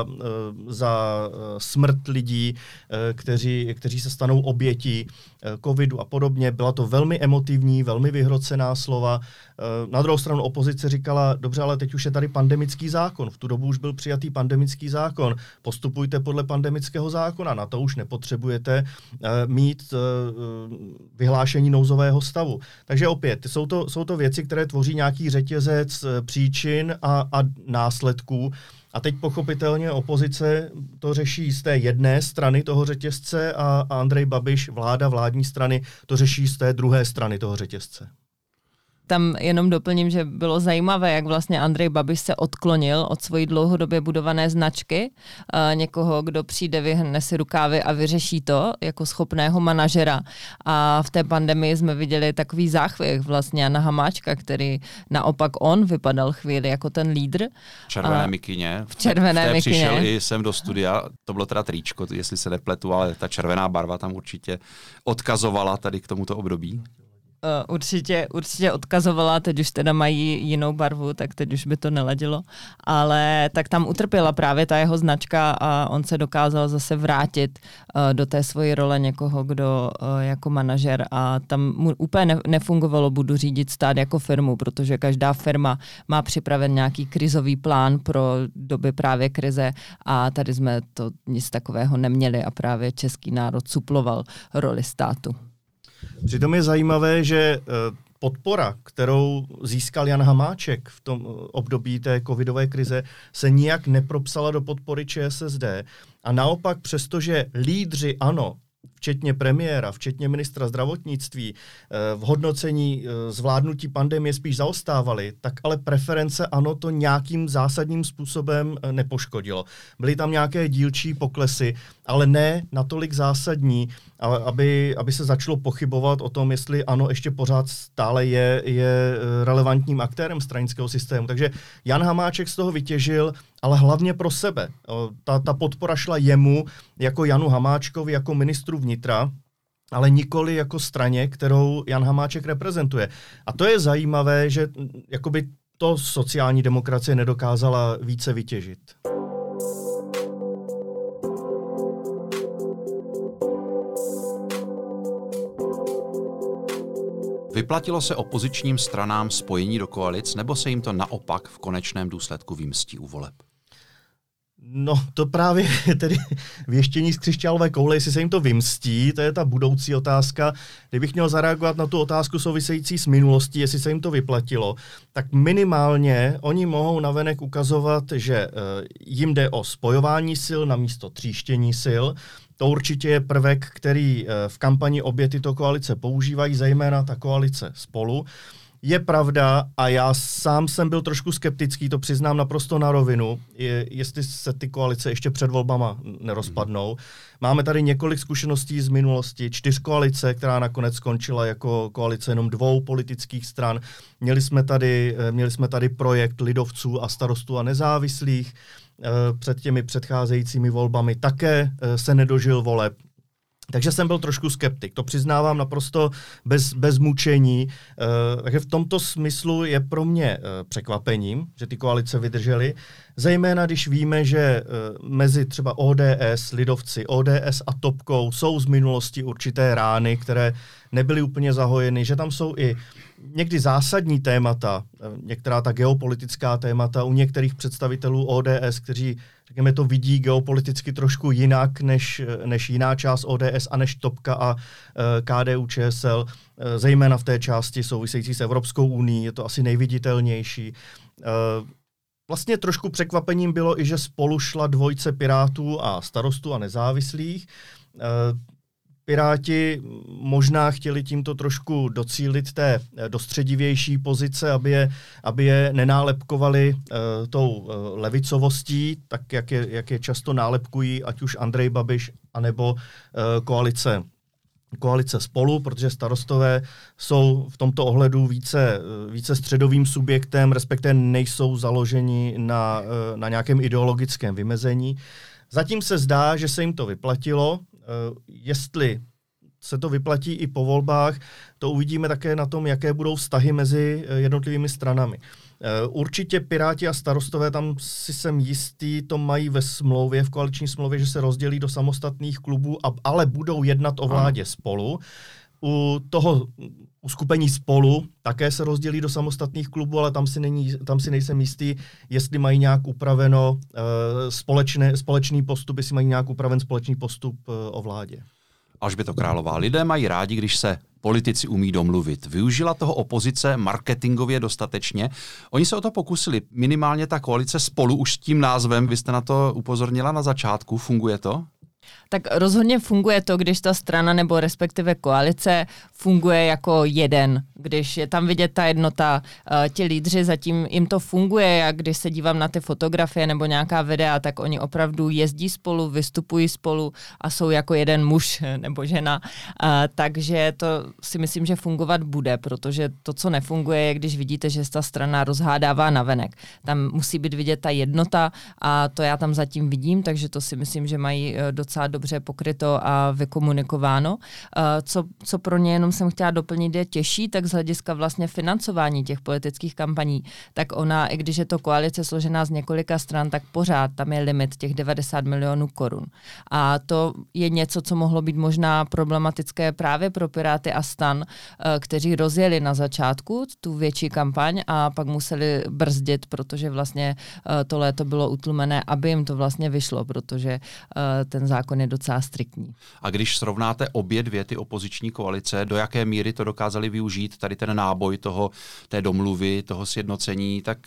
za smrt lidí, kteří se stanou obětí covidu a podobně. Byla to velmi emotivní, velmi vyhrocená slova. Na druhou stranu opozice říkala, dobře, ale teď už je tady pandemický zákon. V tu dobu už byl přijatý pandemický zákon. Postupujte podle pandemického zákona. Na to už nepotřebujete mít vyhlášení nouzového stavu. Takže opět, jsou to věci, které tvoří nějaký řetězec příčin a následků. A teď pochopitelně opozice to řeší z té jedné strany toho řetězce a Andrej Babiš, vládní strany, to řeší z té druhé strany toho řetězce. Tam jenom doplním, že bylo zajímavé, jak vlastně Andrej Babiš se odklonil od svojí dlouhodobě budované značky, někoho, kdo přijde, vyhrne si rukávy a vyřeší to jako schopného manažera. A v té pandemii jsme viděli takový záchvěv vlastně Jana Hamáčka, který naopak on vypadal chvíli jako ten lídr. V červené mikině. Přišel i sem do studia, to bylo teda tričko, jestli se nepletu, ale ta červená barva tam určitě odkazovala tady k tomuto období. Určitě odkazovala, teď už teda mají jinou barvu, tak teď už by to neladilo, ale tak tam utrpěla právě ta jeho značka a on se dokázal zase vrátit do té svojí role někoho, kdo jako manažer, a tam mu úplně nefungovalo budu řídit stát jako firmu, protože každá firma má připraven nějaký krizový plán pro doby právě krize a tady jsme to nic takového neměli a právě český národ suploval roli státu. Přitom je zajímavé, že podpora, kterou získal Jan Hamáček v tom období té covidové krize, se nijak nepropsala do podpory ČSSD. A naopak, přestože lídři ANO, včetně premiéra, včetně ministra zdravotnictví, v hodnocení zvládnutí pandemie spíš zaostávali, tak ale preference ANO to nějakým zásadním způsobem nepoškodilo. Byly tam nějaké dílčí poklesy, ale ne natolik zásadní, aby se začalo pochybovat o tom, jestli ANO ještě pořád stále je relevantním aktérem stranického systému. Takže Jan Hamáček z toho vytěžil, ale hlavně pro sebe. Ta podpora šla jemu jako Janu Hamáčkovi, jako ministru vnitra, ale nikoli jako straně, kterou Jan Hamáček reprezentuje. A to je zajímavé, že jakoby to sociální demokracie nedokázala více vytěžit. Vyplatilo se opozičním stranám spojení do koalic, nebo se jim to naopak v konečném důsledku vymstí u voleb? No, to právě tedy věštění z křišťálové koule, jestli se jim to vymstí, to je ta budoucí otázka. Kdybych měl zareagovat na tu otázku související s minulostí, jestli se jim to vyplatilo, tak minimálně oni mohou navenek ukazovat, že jim jde o spojování sil namísto tříštění sil. To určitě je prvek, který v kampani obě tyto koalice používají, zejména ta koalice Spolu. Je pravda, a já sám jsem byl trošku skeptický, to přiznám naprosto na rovinu, jestli se ty koalice ještě před volbama nerozpadnou. Máme tady několik zkušeností z minulosti, 4 koalice, která nakonec skončila jako koalice jenom 2 politických stran. Měli jsme tady projekt lidovců a starostů a nezávislých před těmi předcházejícími volbami. Také se nedožil voleb. Takže jsem byl trošku skeptik, to přiznávám naprosto bez mučení. Takže v tomto smyslu je pro mě překvapením, že ty koalice vydržely, zejména když víme, že mezi třeba ODS, lidovci, ODS a Topkou jsou z minulosti určité rány, které nebyly úplně zahojeny, že tam jsou i někdy zásadní témata, některá ta geopolitická témata u některých představitelů ODS, kteří, řekněme, to vidí geopoliticky trošku jinak než jiná část ODS a než Topka a KDU-ČSL, zejména v té části související s Evropskou unií, je to asi nejviditelnější. Vlastně trošku překvapením bylo i, že Spolu šla dvojice Pirátů a Starostů a nezávislých. Piráti možná chtěli tímto trošku docílit té dostředivější pozice, aby je nenálepkovali tou levicovostí, tak jak je často nálepkují ať už Andrej Babiš, anebo koalice Spolu, protože Starostové jsou v tomto ohledu více středovým subjektem, respektive nejsou založeni na nějakém ideologickém vymezení. Zatím se zdá, že se jim to vyplatilo. Jestli se to vyplatí i po volbách, to uvidíme také na tom, jaké budou vztahy mezi jednotlivými stranami. Určitě Piráti a Starostové, tam si jsem jistý, to mají ve smlouvě, v koaliční smlouvě, že se rozdělí do samostatných klubů, ale budou jednat o vládě Spolu. U toho uskupení Spolu také se rozdělí do samostatných klubů, ale tam si nejsem jistý, jestli mají nějak upraveno společný postup, jestli mají nějak upraven společný postup o vládě. Alžběto Králová, lidé mají rádi, když se politici umí domluvit. Využila toho opozice marketingově dostatečně. Oni se o to pokusili. Minimálně ta koalice Spolu už s tím názvem, vy jste na to upozornila na začátku. Funguje to? Tak rozhodně funguje to, když ta strana nebo respektive koalice funguje jako jeden, když je tam vidět ta jednota, ti lídři, zatím jim to funguje, jak když se dívám na ty fotografie nebo nějaká videa, tak oni opravdu jezdí spolu, vystupují spolu a jsou jako jeden muž nebo žena, takže to si myslím, že fungovat bude, protože to, co nefunguje, je, když vidíte, že ta strana rozhádává navenek. Tam musí být vidět ta jednota a to já tam zatím vidím, takže to si myslím, že mají docela dobře pokryto a vykomunikováno. Co pro ně jenom jsem chtěla doplnit je těžší, tak z hlediska vlastně financování těch politických kampaní, tak ona, i když je to koalice složená z několika stran, tak pořád tam je limit těch 90 milionů korun. A to je něco, co mohlo být možná problematické právě pro Piráty a STAN, kteří rozjeli na začátku tu větší kampaň a pak museli brzdit, protože vlastně to léto bylo utlumené, aby jim to vlastně vyšlo, protože ten zákon je docela striktní. A když srovnáte obě dvě ty opoziční koalice, do jaké míry to dokázali využít, tady ten náboj té domluvy, toho sjednocení, tak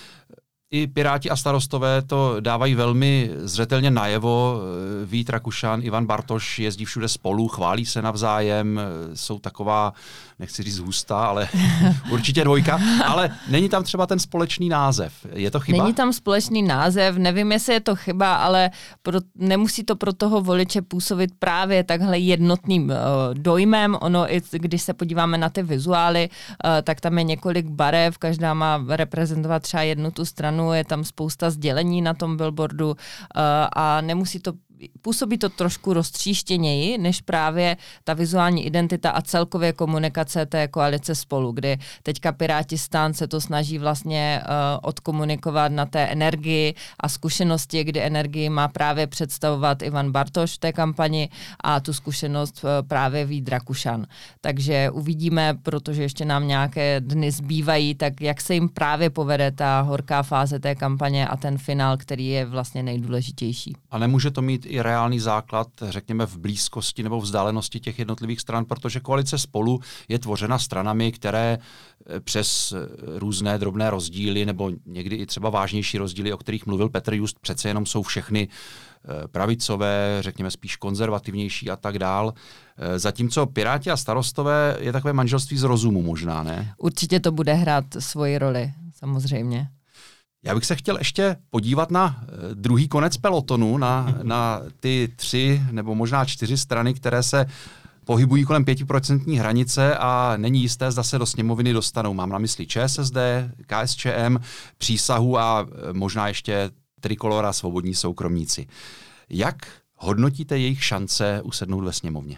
i Piráti a Starostové to dávají velmi zřetelně najevo. Vít Rakušan, Ivan Bartoš jezdí všude spolu, chválí se navzájem, jsou taková, nechci říct hustá, ale určitě dvojka, ale není tam třeba ten společný název. Je to chyba? Není tam společný název, nevím, jestli je to chyba, ale nemusí to pro toho voliče působit právě takhle jednotným dojmem. Ono, i když se podíváme na ty vizuály, tak tam je několik barev, každá má reprezentovat třeba jednu tu stranu, je tam spousta sdělení na tom billboardu a nemusí to působí to trošku roztříštěněji, než právě ta vizuální identita a celkově komunikace té koalice Spolu, kdy teďka Piráti STAN se to snaží vlastně odkomunikovat na té energii a zkušenosti, kdy energii má právě představovat Ivan Bartoš v té kampani a tu zkušenost právě Vít Rakušan. Takže uvidíme, protože ještě nám nějaké dny zbývají, tak jak se jim právě povede ta horká fáze té kampaně a ten finál, který je vlastně nejdůležitější. A nemůže to mít i reálný základ, řekněme, v blízkosti nebo vzdálenosti těch jednotlivých stran, protože koalice Spolu je tvořena stranami, které přes různé drobné rozdíly nebo někdy i třeba vážnější rozdíly, o kterých mluvil Petr Just, přece jenom jsou všechny pravicové, řekněme spíš konzervativnější a tak dál. Zatímco Piráti a Starostové je takové manželství z rozumu možná, ne? Určitě to bude hrát svoji roli, samozřejmě. Já bych se chtěl ještě podívat na druhý konec pelotonu, na ty 3 nebo možná 4 strany, které se pohybují kolem 5% hranice a není jisté, zda se do sněmovny dostanou. Mám na mysli ČSSD, KSČM, Přísahu a možná ještě Trikolora, Svobodní soukromníci. Jak hodnotíte jejich šance usednout ve sněmovně?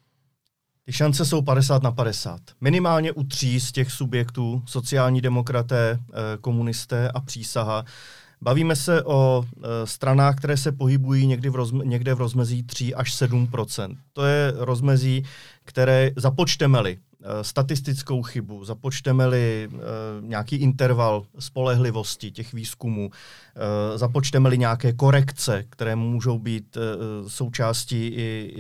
Ty šance jsou 50/50. Minimálně u 3 z těch subjektů, sociální demokraté, komunisté a Přísaha. Bavíme se o stranách, které se pohybují někde v rozmezí 3 až 7%. To je rozmezí, které započteme-li statistickou chybu, započteme-li nějaký interval spolehlivosti těch výzkumů, započteme-li nějaké korekce, které můžou být součástí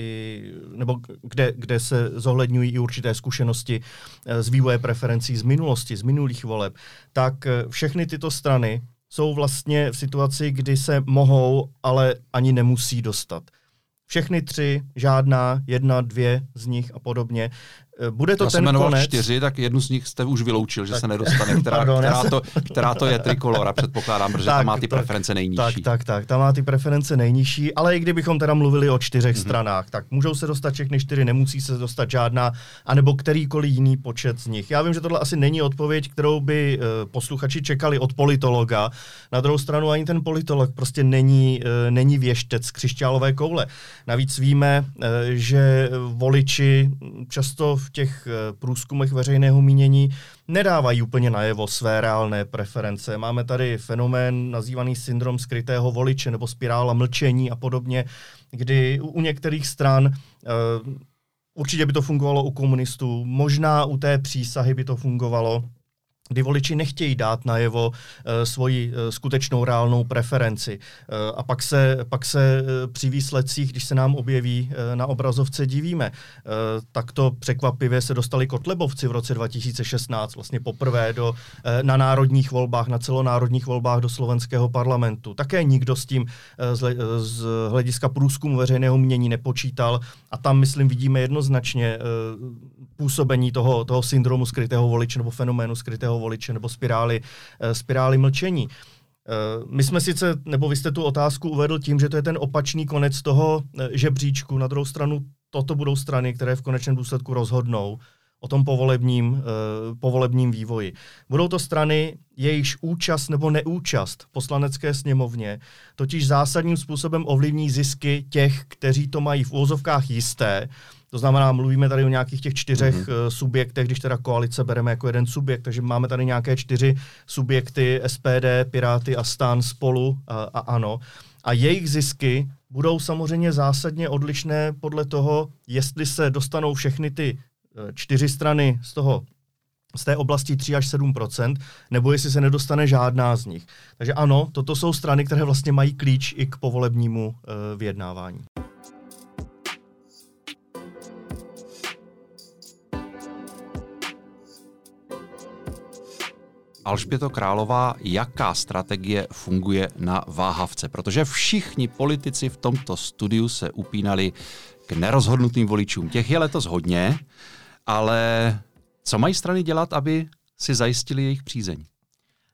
nebo kde se zohledňují i určité zkušenosti z vývoje preferencí z minulosti, z minulých voleb, tak všechny tyto strany jsou vlastně v situaci, kdy se mohou, ale ani nemusí dostat. Všechny 3, žádná, 1, 2 z nich a podobně. Bude to ten konec. 4, tak jednu z nich jste už vyloučil, že se nedostane. Která to je Trikolora, předpokládám, protože tam má ty preference nejnižší. Tak, tam má ty preference nejnižší, ale i kdybychom teda mluvili o 4 stranách, tak můžou se dostat všechny 4, nemusí se dostat žádná, anebo kterýkoliv jiný počet z nich. Já vím, že tohle asi není odpověď, kterou by posluchači čekali od politologa. Na druhou stranu ani ten politolog prostě není věštec z křišťálové koule. Navíc víme, že voliči často v těch průzkumech veřejného mínění nedávají úplně najevo své reálné preference. Máme tady fenomén nazývaný syndrom skrytého voliče nebo spirála mlčení a podobně, kdy u některých stran určitě by to fungovalo u komunistů, možná u té Přísahy by to fungovalo, kdy voliči nechtějí dát najevo svoji skutečnou reálnou preferenci. A pak se při výsledcích, když se nám objeví na obrazovce, divíme. Takto překvapivě se dostali Kotlebovci v roce 2016, vlastně poprvé na národních volbách, na celonárodních volbách do slovenského parlamentu. Také nikdo s tím z hlediska průzkumu veřejného mínění nepočítal a tam, myslím, vidíme jednoznačně působení toho syndromu skrytého voliče nebo fenoménu skrytého voliče nebo spirály mlčení. My jsme sice, nebo vy jste tu otázku uvedl tím, že to je ten opačný konec toho žebříčku. Na druhou stranu toto budou strany, které v konečném důsledku rozhodnou o tom povolebním vývoji. Budou to strany, jejichž účast nebo neúčast v poslanecké sněmovně totiž zásadním způsobem ovlivní zisky těch, kteří to mají v úvozovkách jisté. To znamená, mluvíme tady o nějakých těch 4 subjektech, když teda koalice bereme jako jeden subjekt, takže máme tady nějaké 4 subjekty, SPD, Piráty a STAN, Spolu a ANO. A jejich zisky budou samozřejmě zásadně odlišné podle toho, jestli se dostanou všechny ty 4 strany z té oblasti 3 až 7%, nebo jestli se nedostane žádná z nich. Takže ano, toto jsou strany, které vlastně mají klíč i k povolebnímu vyjednávání. Alžběto Králová, jaká strategie funguje na váhavce? Protože všichni politici v tomto studiu se upínali k nerozhodnutým voličům. Těch je letos hodně, ale co mají strany dělat, aby si zajistili jejich přízeň?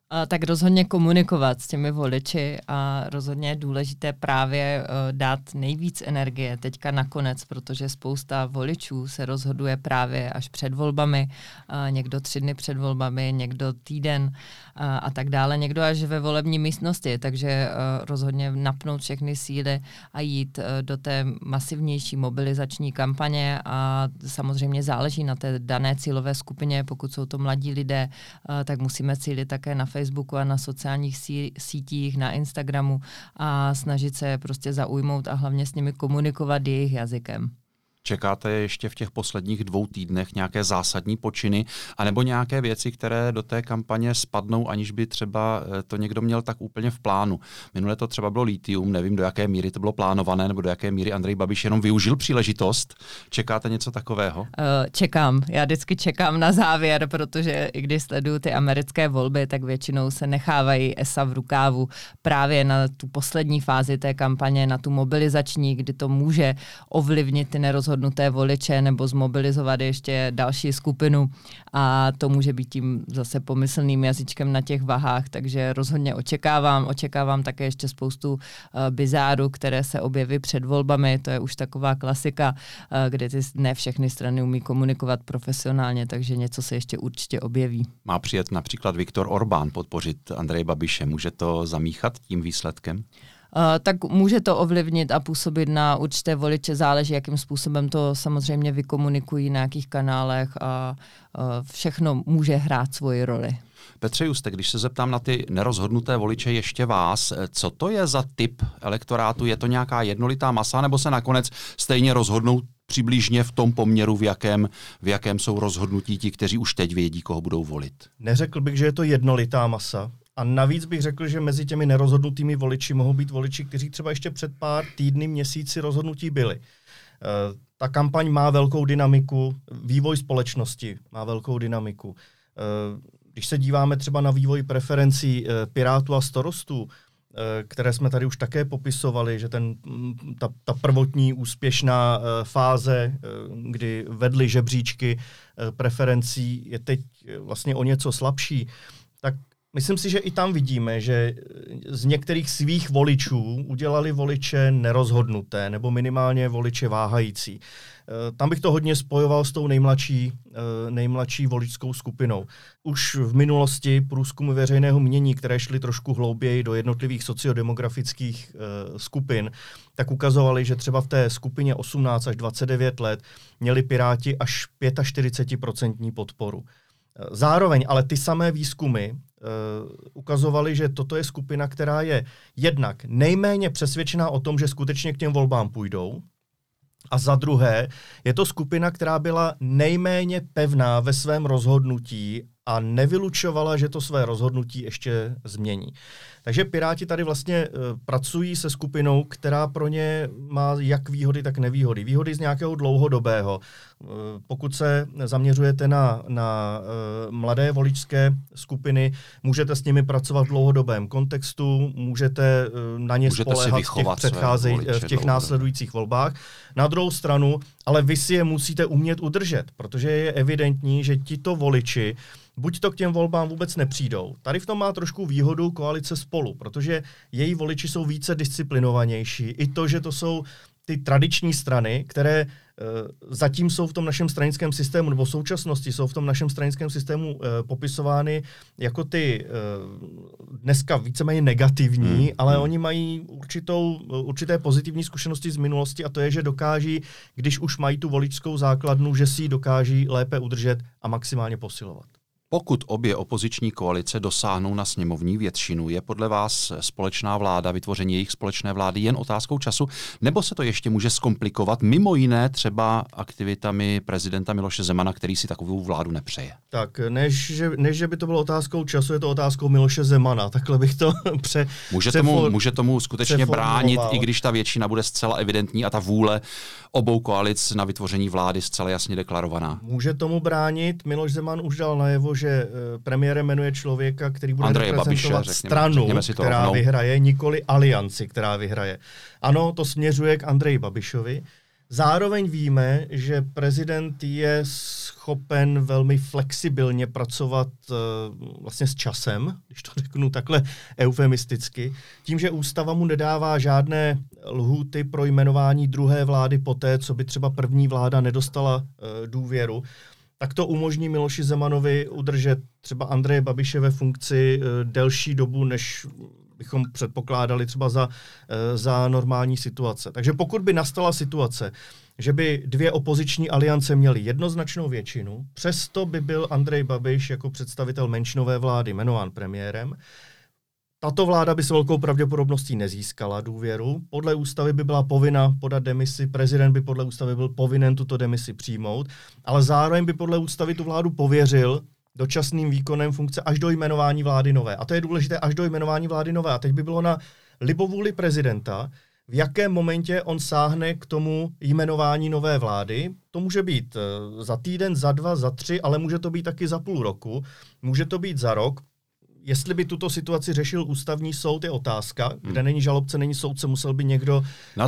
Tak rozhodně komunikovat s těmi voliči a rozhodně je důležité právě dát nejvíc energie teďka nakonec, protože spousta voličů se rozhoduje právě až před volbami, někdo 3 dny před volbami, někdo týden a tak dále, někdo až ve volební místnosti, takže rozhodně napnout všechny síly a jít do té masivnější mobilizační kampaně a samozřejmě záleží na té dané cílové skupině, pokud jsou to mladí lidé, tak musíme cílit také na Facebooku a na sociálních sítích, na Instagramu a snažit se prostě zaujmout a hlavně s nimi komunikovat jejich jazykem. Čekáte ještě v těch posledních 2 týdnech nějaké zásadní počiny anebo nějaké věci, které do té kampaně spadnou, aniž by třeba to někdo měl tak úplně v plánu? Minule to třeba bylo lithium, nevím, do jaké míry to bylo plánované, nebo do jaké míry Andrej Babiš jenom využil příležitost. Čekáte něco takového? Čekám. Já vždycky čekám na závěr, protože i když sleduju ty americké volby, tak většinou se nechávají esa v rukávu právě na tu poslední fázi té kampaně, na tu mobilizační, kdy to může ovlivnit ty nerozhodnuté voliče nebo zmobilizovat ještě další skupinu a to může být tím zase pomyslným jazyčkem na těch vahách, takže rozhodně očekávám také ještě spoustu bizáru, které se objeví před volbami, to je už taková klasika, kde ne všechny strany umí komunikovat profesionálně, takže něco se ještě určitě objeví. Má přijet například Viktor Orbán podpořit Andreje Babiše, může to zamíchat tím výsledkem? Tak může to ovlivnit a působit na určité voliče, záleží, jakým způsobem to samozřejmě vykomunikují, na jakých kanálech a všechno může hrát svoji roli. Petře Juste, když se zeptám na ty nerozhodnuté voliče ještě vás, co to je za typ elektorátu? Je to nějaká jednolitá masa, nebo se nakonec stejně rozhodnou přibližně v tom poměru, v jakém jsou rozhodnutí ti, kteří už teď vědí, koho budou volit? Neřekl bych, že je to jednolitá masa. A navíc bych řekl, že mezi těmi nerozhodnutými voliči mohou být voliči, kteří třeba ještě před pár týdny, měsíci rozhodnutí byli. Ta kampaň má velkou dynamiku, vývoj společnosti má velkou dynamiku. Když se díváme třeba na vývoj preferencí Pirátů a Starostů, které jsme tady už také popisovali, že ta prvotní úspěšná fáze, kdy vedly žebříčky preferencí, je teď vlastně o něco slabší, tak myslím si, že i tam vidíme, že z některých svých voličů udělali voliče nerozhodnuté nebo minimálně voliče váhající. Tam bych to hodně spojoval s tou nejmladší voličskou skupinou. Už v minulosti průzkumy veřejného mínění, které šly trošku hlouběji do jednotlivých sociodemografických skupin, tak ukazovaly, že třeba v té skupině 18 až 29 let měli Piráti až 45% podporu. Zároveň ale ty samé výzkumy ukazovaly, že toto je skupina, která je jednak nejméně přesvědčená o tom, že skutečně k těm volbám půjdou, a za druhé je to skupina, která byla nejméně pevná ve svém rozhodnutí a nevylučovala, že to své rozhodnutí ještě změní. Takže Piráti tady vlastně pracují se skupinou, která pro ně má jak výhody, tak nevýhody. Výhody z nějakého dlouhodobého. Pokud se zaměřujete na mladé voličské skupiny, můžete s nimi pracovat v dlouhodobém kontextu, můžete na ně spoléhat v těch následujících volbách. Na druhou stranu, ale vy si je musíte umět udržet, protože je evidentní, že tito voliči buď to k těm volbám vůbec nepřijdou. Tady v tom má trošku výhodu koalice Spolu, protože její voliči jsou více disciplinovanější. I to, že to jsou ty tradiční strany, které zatím jsou v tom našem stranickém systému, nebo v současnosti jsou v tom našem stranickém systému popisovány jako ty dneska víceméně negativní, ale oni mají určité pozitivní zkušenosti z minulosti a to je, že dokáží, když už mají tu voličskou základnu, že si ji dokáží lépe udržet a maximálně posilovat. Pokud obě opoziční koalice dosáhnou na sněmovní většinu, je podle vás společná vláda, vytvoření jejich společné vlády jen otázkou času, nebo se to ještě může zkomplikovat, mimo jiné třeba aktivitami prezidenta Miloše Zemana, který si takovou vládu nepřeje? Tak, než že by to bylo otázkou času, je to otázkou Miloše Zemana. Takhle bych to Může tomu skutečně bránit, i když ta většina bude zcela evidentní a ta vůle obou koalic na vytvoření vlády zcela jasně deklarovaná. Může tomu bránit. Miloš Zeman už dal najevo, že premiérem jmenuje člověka, který bude reprezentovat stranu, která vyhraje, nikoli alianci, která vyhraje. Ano, to směřuje k Andreji Babišovi. Zároveň víme, že prezident je schopen velmi flexibilně pracovat vlastně s časem, když to řeknu takhle eufemisticky, tím, že ústava mu nedává žádné lhůty pro jmenování druhé vlády poté, co by třeba první vláda nedostala důvěru, tak to umožní Miloši Zemanovi udržet třeba Andreje Babiše ve funkci delší dobu, než bychom předpokládali třeba za normální situace. Takže pokud by nastala situace, že by dvě opoziční aliance měly jednoznačnou většinu, přesto by byl Andrej Babiš jako představitel menšinové vlády jmenován premiérem, tato vláda by s velkou pravděpodobností nezískala důvěru. Podle ústavy by byla povinna podat demisi, prezident by podle ústavy byl povinen tuto demisi přijmout, ale zároveň by podle ústavy tu vládu pověřil dočasným výkonem funkce až do jmenování vlády nové. A to je důležité až do jmenování vlády nové. A teď by bylo na libovůli prezidenta, v jakém momentě on sáhne k tomu jmenování nové vlády. To může být za týden, za 2, za 3, ale může to být taky za půl roku, může to být za rok. Jestli by tuto situaci řešil ústavní soud, je otázka, kde není žalobce, není soudce, musel by někdo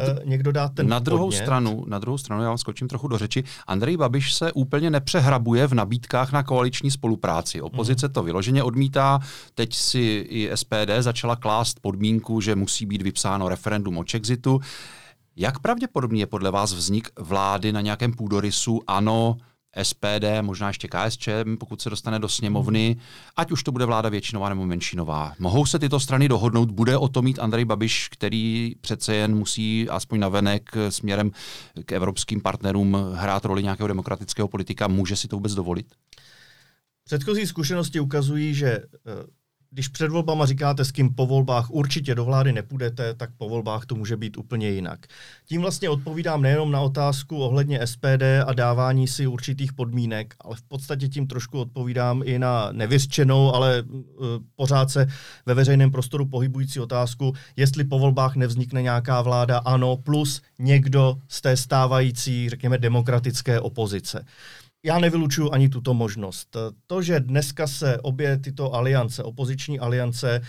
dát ten na druhou podnět. stranu, já vám skočím trochu do řeči, Andrej Babiš se úplně nepřehrabuje v nabídkách na koaliční spolupráci. Opozice to vyloženě odmítá, teď si i SPD začala klást podmínku, že musí být vypsáno referendum o Czexitu. Jak pravděpodobný je podle vás vznik vlády na nějakém půdorysu ANO, SPD, možná ještě KSČM, pokud se dostane do sněmovny, ať už to bude vláda většinová nebo menšinová. Mohou se tyto strany dohodnout? Bude o to mít Andrej Babiš, který přece jen musí aspoň navenek směrem k evropským partnerům hrát roli nějakého demokratického politika? Může si to vůbec dovolit? Předchozí zkušenosti ukazují, že když před volbama říkáte, s kým po volbách určitě do vlády nepůjdete, tak po volbách to může být úplně jinak. Tím vlastně odpovídám nejenom na otázku ohledně SPD a dávání si určitých podmínek, ale v podstatě tím trošku odpovídám i na nevyřčenou, ale pořád se ve veřejném prostoru pohybující otázku, jestli po volbách nevznikne nějaká vláda ANO plus někdo z té stávající, řekněme, demokratické opozice. Já nevylučuju ani tuto možnost. To, že dneska se obě tyto aliance, opoziční aliance,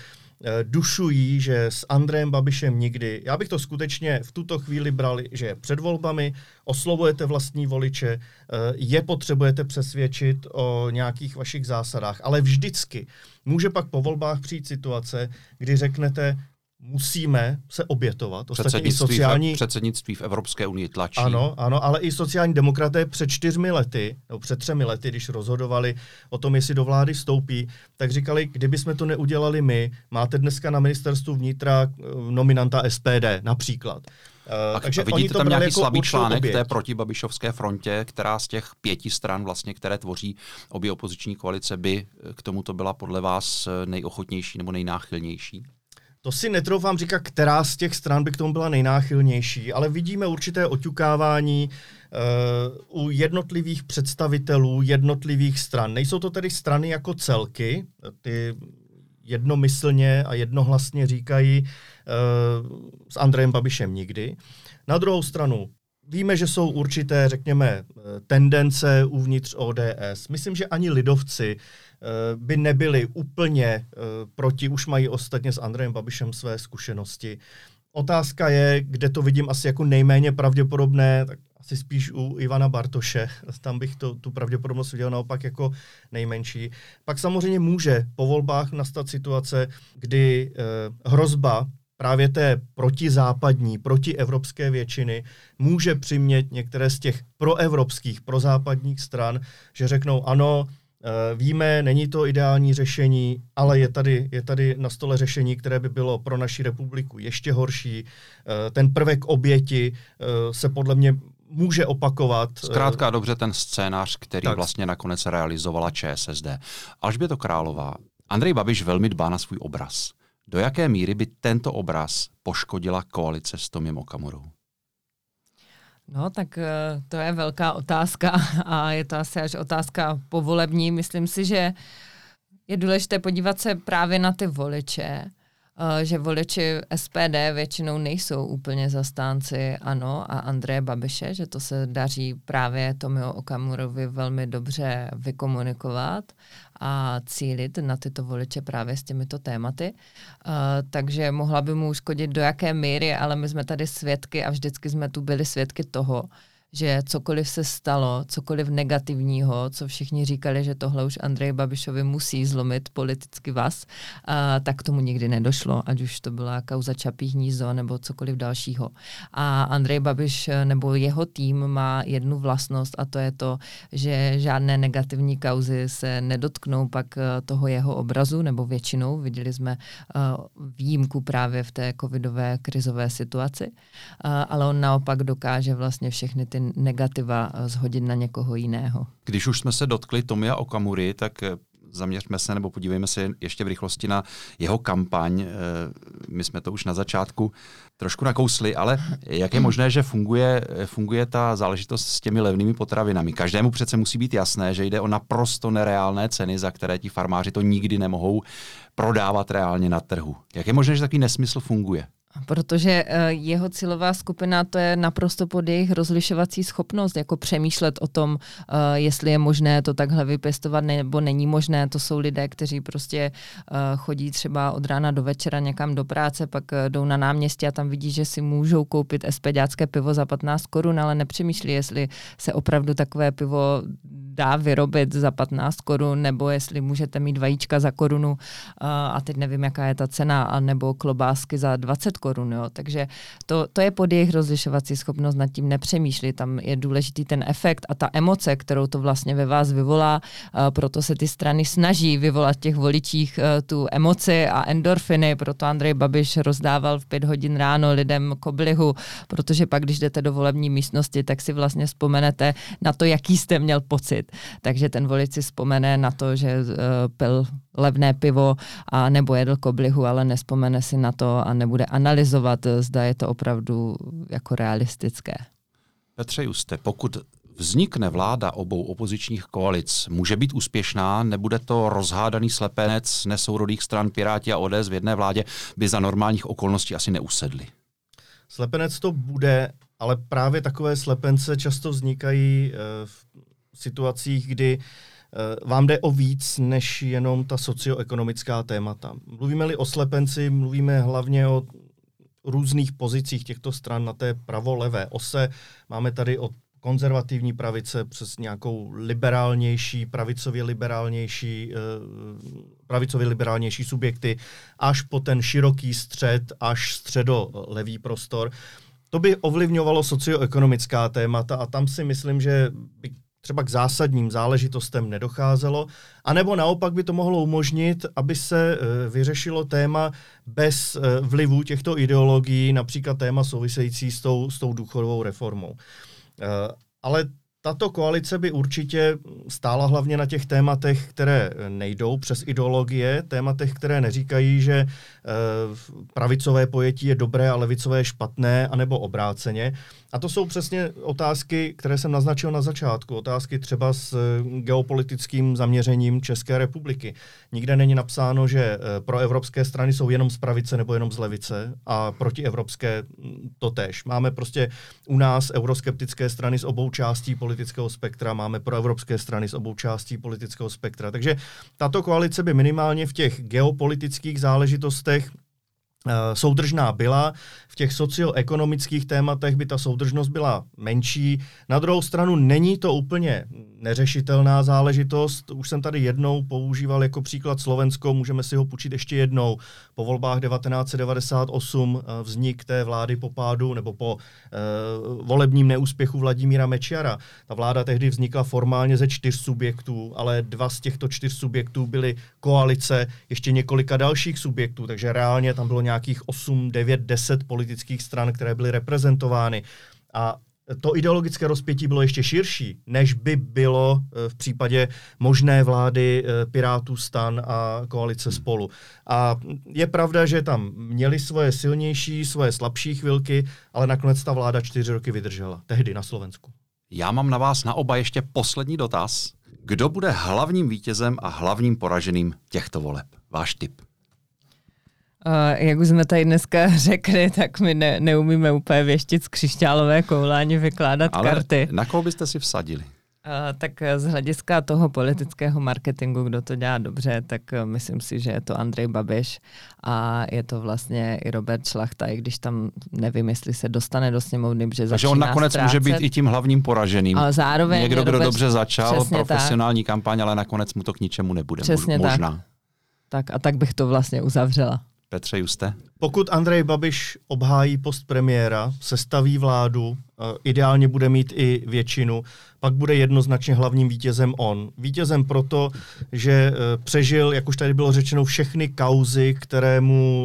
dušují, že s Andrejem Babišem nikdy, já bych to skutečně v tuto chvíli bral, že před volbami oslovujete vlastní voliče, je potřebujete přesvědčit o nějakých vašich zásadách, ale vždycky může pak po volbách přijít situace, kdy řeknete, musíme se obětovat. Předsednictví v Evropské unii tlačí. Ano, ale i sociální demokraté před 4 lety, nebo před 3 lety, když rozhodovali o tom, jestli do vlády vstoupí, tak říkali, kdyby jsme to neudělali my, máte dneska na ministerstvu vnitra nominanta SPD například. Takže vidíte tam nějaký slabý článek v té protibabišovské frontě, která z těch 5 stran, vlastně, které tvoří obě opoziční koalice, by k tomuto byla podle vás nejochotnější nebo nejnáchylnější? To si netroufám říkat, která z těch stran by k tomu byla nejnáchylnější, ale vidíme určité oťukávání u jednotlivých představitelů jednotlivých stran. Nejsou to tedy strany jako celky, ty jednomyslně a jednohlasně říkají s Andrejem Babišem nikdy. Na druhou stranu víme, že jsou určité, řekněme, tendence uvnitř ODS. Myslím, že ani lidovci by nebyli úplně proti, už mají ostatně s Andrejem Babišem své zkušenosti. Otázka je, kde to vidím asi jako nejméně pravděpodobné, tak asi spíš u Ivana Bartoše, tam bych tu pravděpodobnost viděl naopak jako nejmenší. Pak samozřejmě může po volbách nastat situace, kdy hrozba právě té protizápadní, protievropské většiny může přimět některé z těch proevropských, prozápadních stran, že řeknou ano, víme, není to ideální řešení, ale je tady na stole řešení, které by bylo pro naši republiku ještě horší. Ten prvek oběti se podle mě může opakovat. Zkrátka dobře ten scénář, který vlastně nakonec realizovala ČSSD. Alžběto Králová, Andrej Babiš velmi dbá na svůj obraz. Do jaké míry by tento obraz poškodila koalice s Tomiem Okamurou? No, tak to je velká otázka a je to asi až otázka povolební. Myslím si, že je důležité podívat se právě na ty voliče že voliči SPD většinou nejsou úplně zastánci ANO a Andreje Babiše, že to se daří právě Tomio Okamurovi velmi dobře vykomunikovat a cílit na tyto voliče právě s těmito tématy. Takže mohla by mu uškodit do jaké míry, ale my jsme tady svědky a vždycky jsme tu byli svědky toho, že cokoliv se stalo, cokoliv negativního, co všichni říkali, že tohle už Andreji Babišovi musí zlomit politicky vás, tak tomu nikdy nedošlo, ať už to byla kauza Čapí hnízdo nebo cokoliv dalšího. A Andrej Babiš nebo jeho tým má jednu vlastnost a to je to, že žádné negativní kauzy se nedotknou pak toho jeho obrazu, nebo většinou. Viděli jsme výjimku právě v té covidové krizové situaci, ale on naopak dokáže vlastně všechny ty negativa zhodit na někoho jiného. Když už jsme se dotkli Tomia Okamury, tak zaměřme se nebo podívejme se ještě v rychlosti na jeho kampaň. My jsme to už na začátku trošku nakousli, ale jak je možné, že funguje ta záležitost s těmi levnými potravinami? Každému přece musí být jasné, že jde o naprosto nereálné ceny, za které ti farmáři to nikdy nemohou prodávat reálně na trhu. Jak je možné, že takový nesmysl funguje? Protože jeho cílová skupina, to je naprosto pod jejich rozlišovací schopnost, jako přemýšlet o tom, jestli je možné to takhle vypěstovat nebo není možné. To jsou lidé, kteří prostě chodí třeba od rána do večera někam do práce, pak jdou na náměstí a tam vidí, že si můžou koupit SPďácké pivo za 15 korun, ale nepřemýšlí, jestli se opravdu takové pivo dá vyrobit za 15 korun, nebo jestli můžete mít vajíčka za korunu a teď nevím, jaká je ta cena, nebo klobásky za 20 korun. Jo. Takže to je pod jejich rozlišovací schopnost, nad tím nepřemýšlí. Tam je důležitý ten efekt a ta emoce, kterou to vlastně ve vás vyvolá. Proto se ty strany snaží vyvolat v těch voličích tu emoci a endorfiny. Proto Andrej Babiš rozdával v 5 hodin ráno lidem koblihu, protože pak, když jdete do volební místnosti, tak si vlastně vzpomenete na to, jaký jste měl pocit. Takže ten volič si vzpomene na to, že pil levné pivo a nebo jedl koblihu, ale nespomene si na to a nebude analyzovat, zda je to opravdu jako realistické. Petře Juste, pokud vznikne vláda obou opozičních koalic, může být úspěšná, nebude to rozhádaný slepenec nesourodých stran Piráti a ODS v jedné vládě, by za normálních okolností asi neusedli? Slepenec to bude, ale právě takové slepence často vznikají v situacích, kdy vám jde o víc než jenom ta socioekonomická témata. Mluvíme-li o slepenci, mluvíme hlavně o různých pozicích těchto stran na té pravo-levé ose. Máme tady od konzervativní pravice přes nějakou liberálnější, pravicově liberálnější subjekty, až po ten široký střed, až středolevý prostor. To by ovlivňovalo socioekonomická témata a tam si myslím, že by třeba k zásadním záležitostem nedocházelo, anebo naopak by to mohlo umožnit, aby se vyřešilo téma bez vlivu těchto ideologií, například téma související s tou důchodovou reformou. Ale tato koalice by určitě stála hlavně na těch tématech, které nejdou přes ideologie, tématech, které neříkají, že pravicové pojetí je dobré a levicové je špatné, anebo obráceně. A to jsou přesně otázky, které jsem naznačil na začátku. Otázky třeba s geopolitickým zaměřením České republiky. Nikde není napsáno, že proevropské strany jsou jenom z pravice nebo jenom z levice a protievropské totéž. Máme prostě u nás euroskeptické strany z obou částí politického spektra, máme proevropské strany z obou částí politického spektra. Takže tato koalice by minimálně v těch geopolitických záležitostech soudržná byla. V těch socioekonomických tématech by ta soudržnost byla menší. Na druhou stranu není to úplně neřešitelná záležitost. Už jsem tady jednou používal jako příklad Slovensko, můžeme si ho půjčit ještě jednou. Po volbách 1998 vznik té vlády po pádu nebo po volebním neúspěchu Vladimíra Mečiara. Ta vláda tehdy vznikla formálně ze 4 subjektů, ale 2 z těchto 4 subjektů byly koalice ještě několika dalších subjektů, takže reálně tam bylo nějakých 8, 9, 10 politických stran, které byly reprezentovány. A to ideologické rozpětí bylo ještě širší, než by bylo v případě možné vlády Pirátů, STAN a koalice Spolu. A je pravda, že tam měli svoje silnější, svoje slabší chvilky, ale nakonec ta vláda 4 roky vydržela. Tehdy na Slovensku. Já mám na vás na oba ještě poslední dotaz. Kdo bude hlavním vítězem a hlavním poraženým těchto voleb? Váš tip. Jak už jsme tady dneska řekli, tak my neumíme úplně věštit z křišťálové koule ani vykládat karty. Na koho byste si vsadili? Tak z hlediska toho politického marketingu, kdo to dělá dobře, tak myslím si, že je to Andrej Babiš a je to vlastně i Robert Šlachta, i když tam nevím, jestli se dostane do sněmovny, protože takže on nakonec může být i tím hlavním poraženým. Ale zároveň někdo, kdo dobře začal profesionální kampaň, ale nakonec mu to k ničemu nebude. Přesně možná. Tak a tak bych to vlastně uzavřela. Petře Juste? Pokud Andrej Babiš obhájí post premiéra, sestaví vládu, ideálně bude mít i většinu, pak bude jednoznačně hlavním vítězem on. Vítězem proto, že přežil, jak už tady bylo řečeno, všechny kauzy, které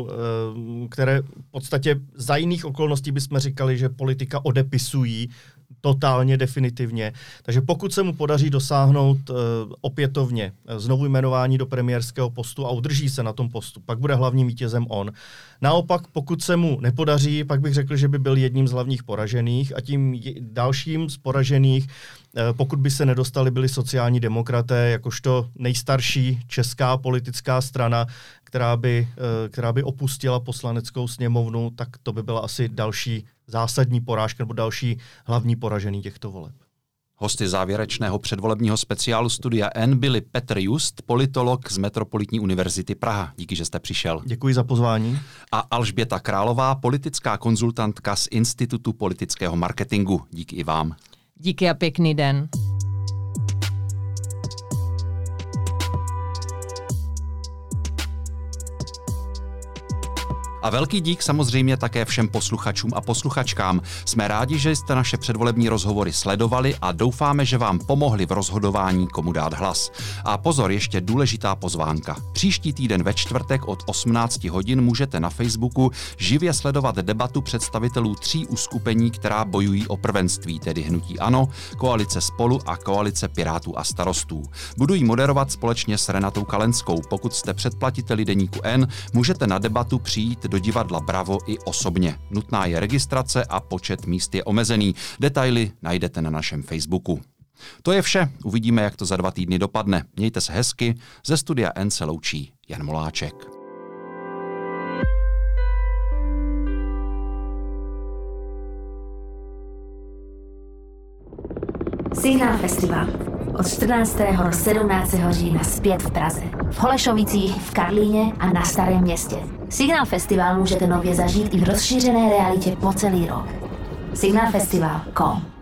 v podstatě za jiných okolností bychom říkali, že politika odepisují totálně, definitivně. Takže pokud se mu podaří dosáhnout opětovně znovu jmenování do premiérského postu a udrží se na tom postu, pak bude hlavním vítězem on. Naopak, pokud se mu nepodaří, pak bych řekl, že by byl jedním z hlavních poražených a tím dalším z poražených, pokud by se nedostali, byli sociální demokraté, jakožto nejstarší česká politická strana, která by opustila poslaneckou sněmovnu, tak to by byla asi další zásadní porážka nebo další hlavní poražený těchto voleb. Hosty závěrečného předvolebního speciálu Studia N byli Petr Just, politolog z Metropolitní univerzity Praha. Díky, že jste přišel. Děkuji za pozvání. A Alžběta Králová, politická konzultantka z Institutu politického marketingu. Díky i vám. Díky a pěkný den. A velký dík samozřejmě také všem posluchačům a posluchačkám. Jsme rádi, že jste naše předvolební rozhovory sledovali a doufáme, že vám pomohli v rozhodování, komu dát hlas. A pozor, ještě důležitá pozvánka. Příští týden ve čtvrtek od 18 hodin můžete na Facebooku živě sledovat debatu představitelů 3 uskupení, která bojují o prvenství, tedy Hnutí ANO, Koalice Spolu a Koalice Pirátů a Starostů. Budu ji moderovat společně s Renatou Kalenskou. Pokud jste předplatiteli Deníku N, můžete na debatu přijít do divadla Bravo i osobně. Nutná je registrace a počet míst je omezený. Detaily najdete na našem Facebooku. To je vše. Uvidíme, jak to za 2 týdny dopadne. Mějte se hezky. Ze Studia N se loučí Jan Moláček. Signál Festival. Od 14. do 17. října zpět v Praze. V Holešovicích, v Karlíně a na Starém Městě. Signál Festival můžete nově zažít i v rozšířené realitě po celý rok. Signálfestival.com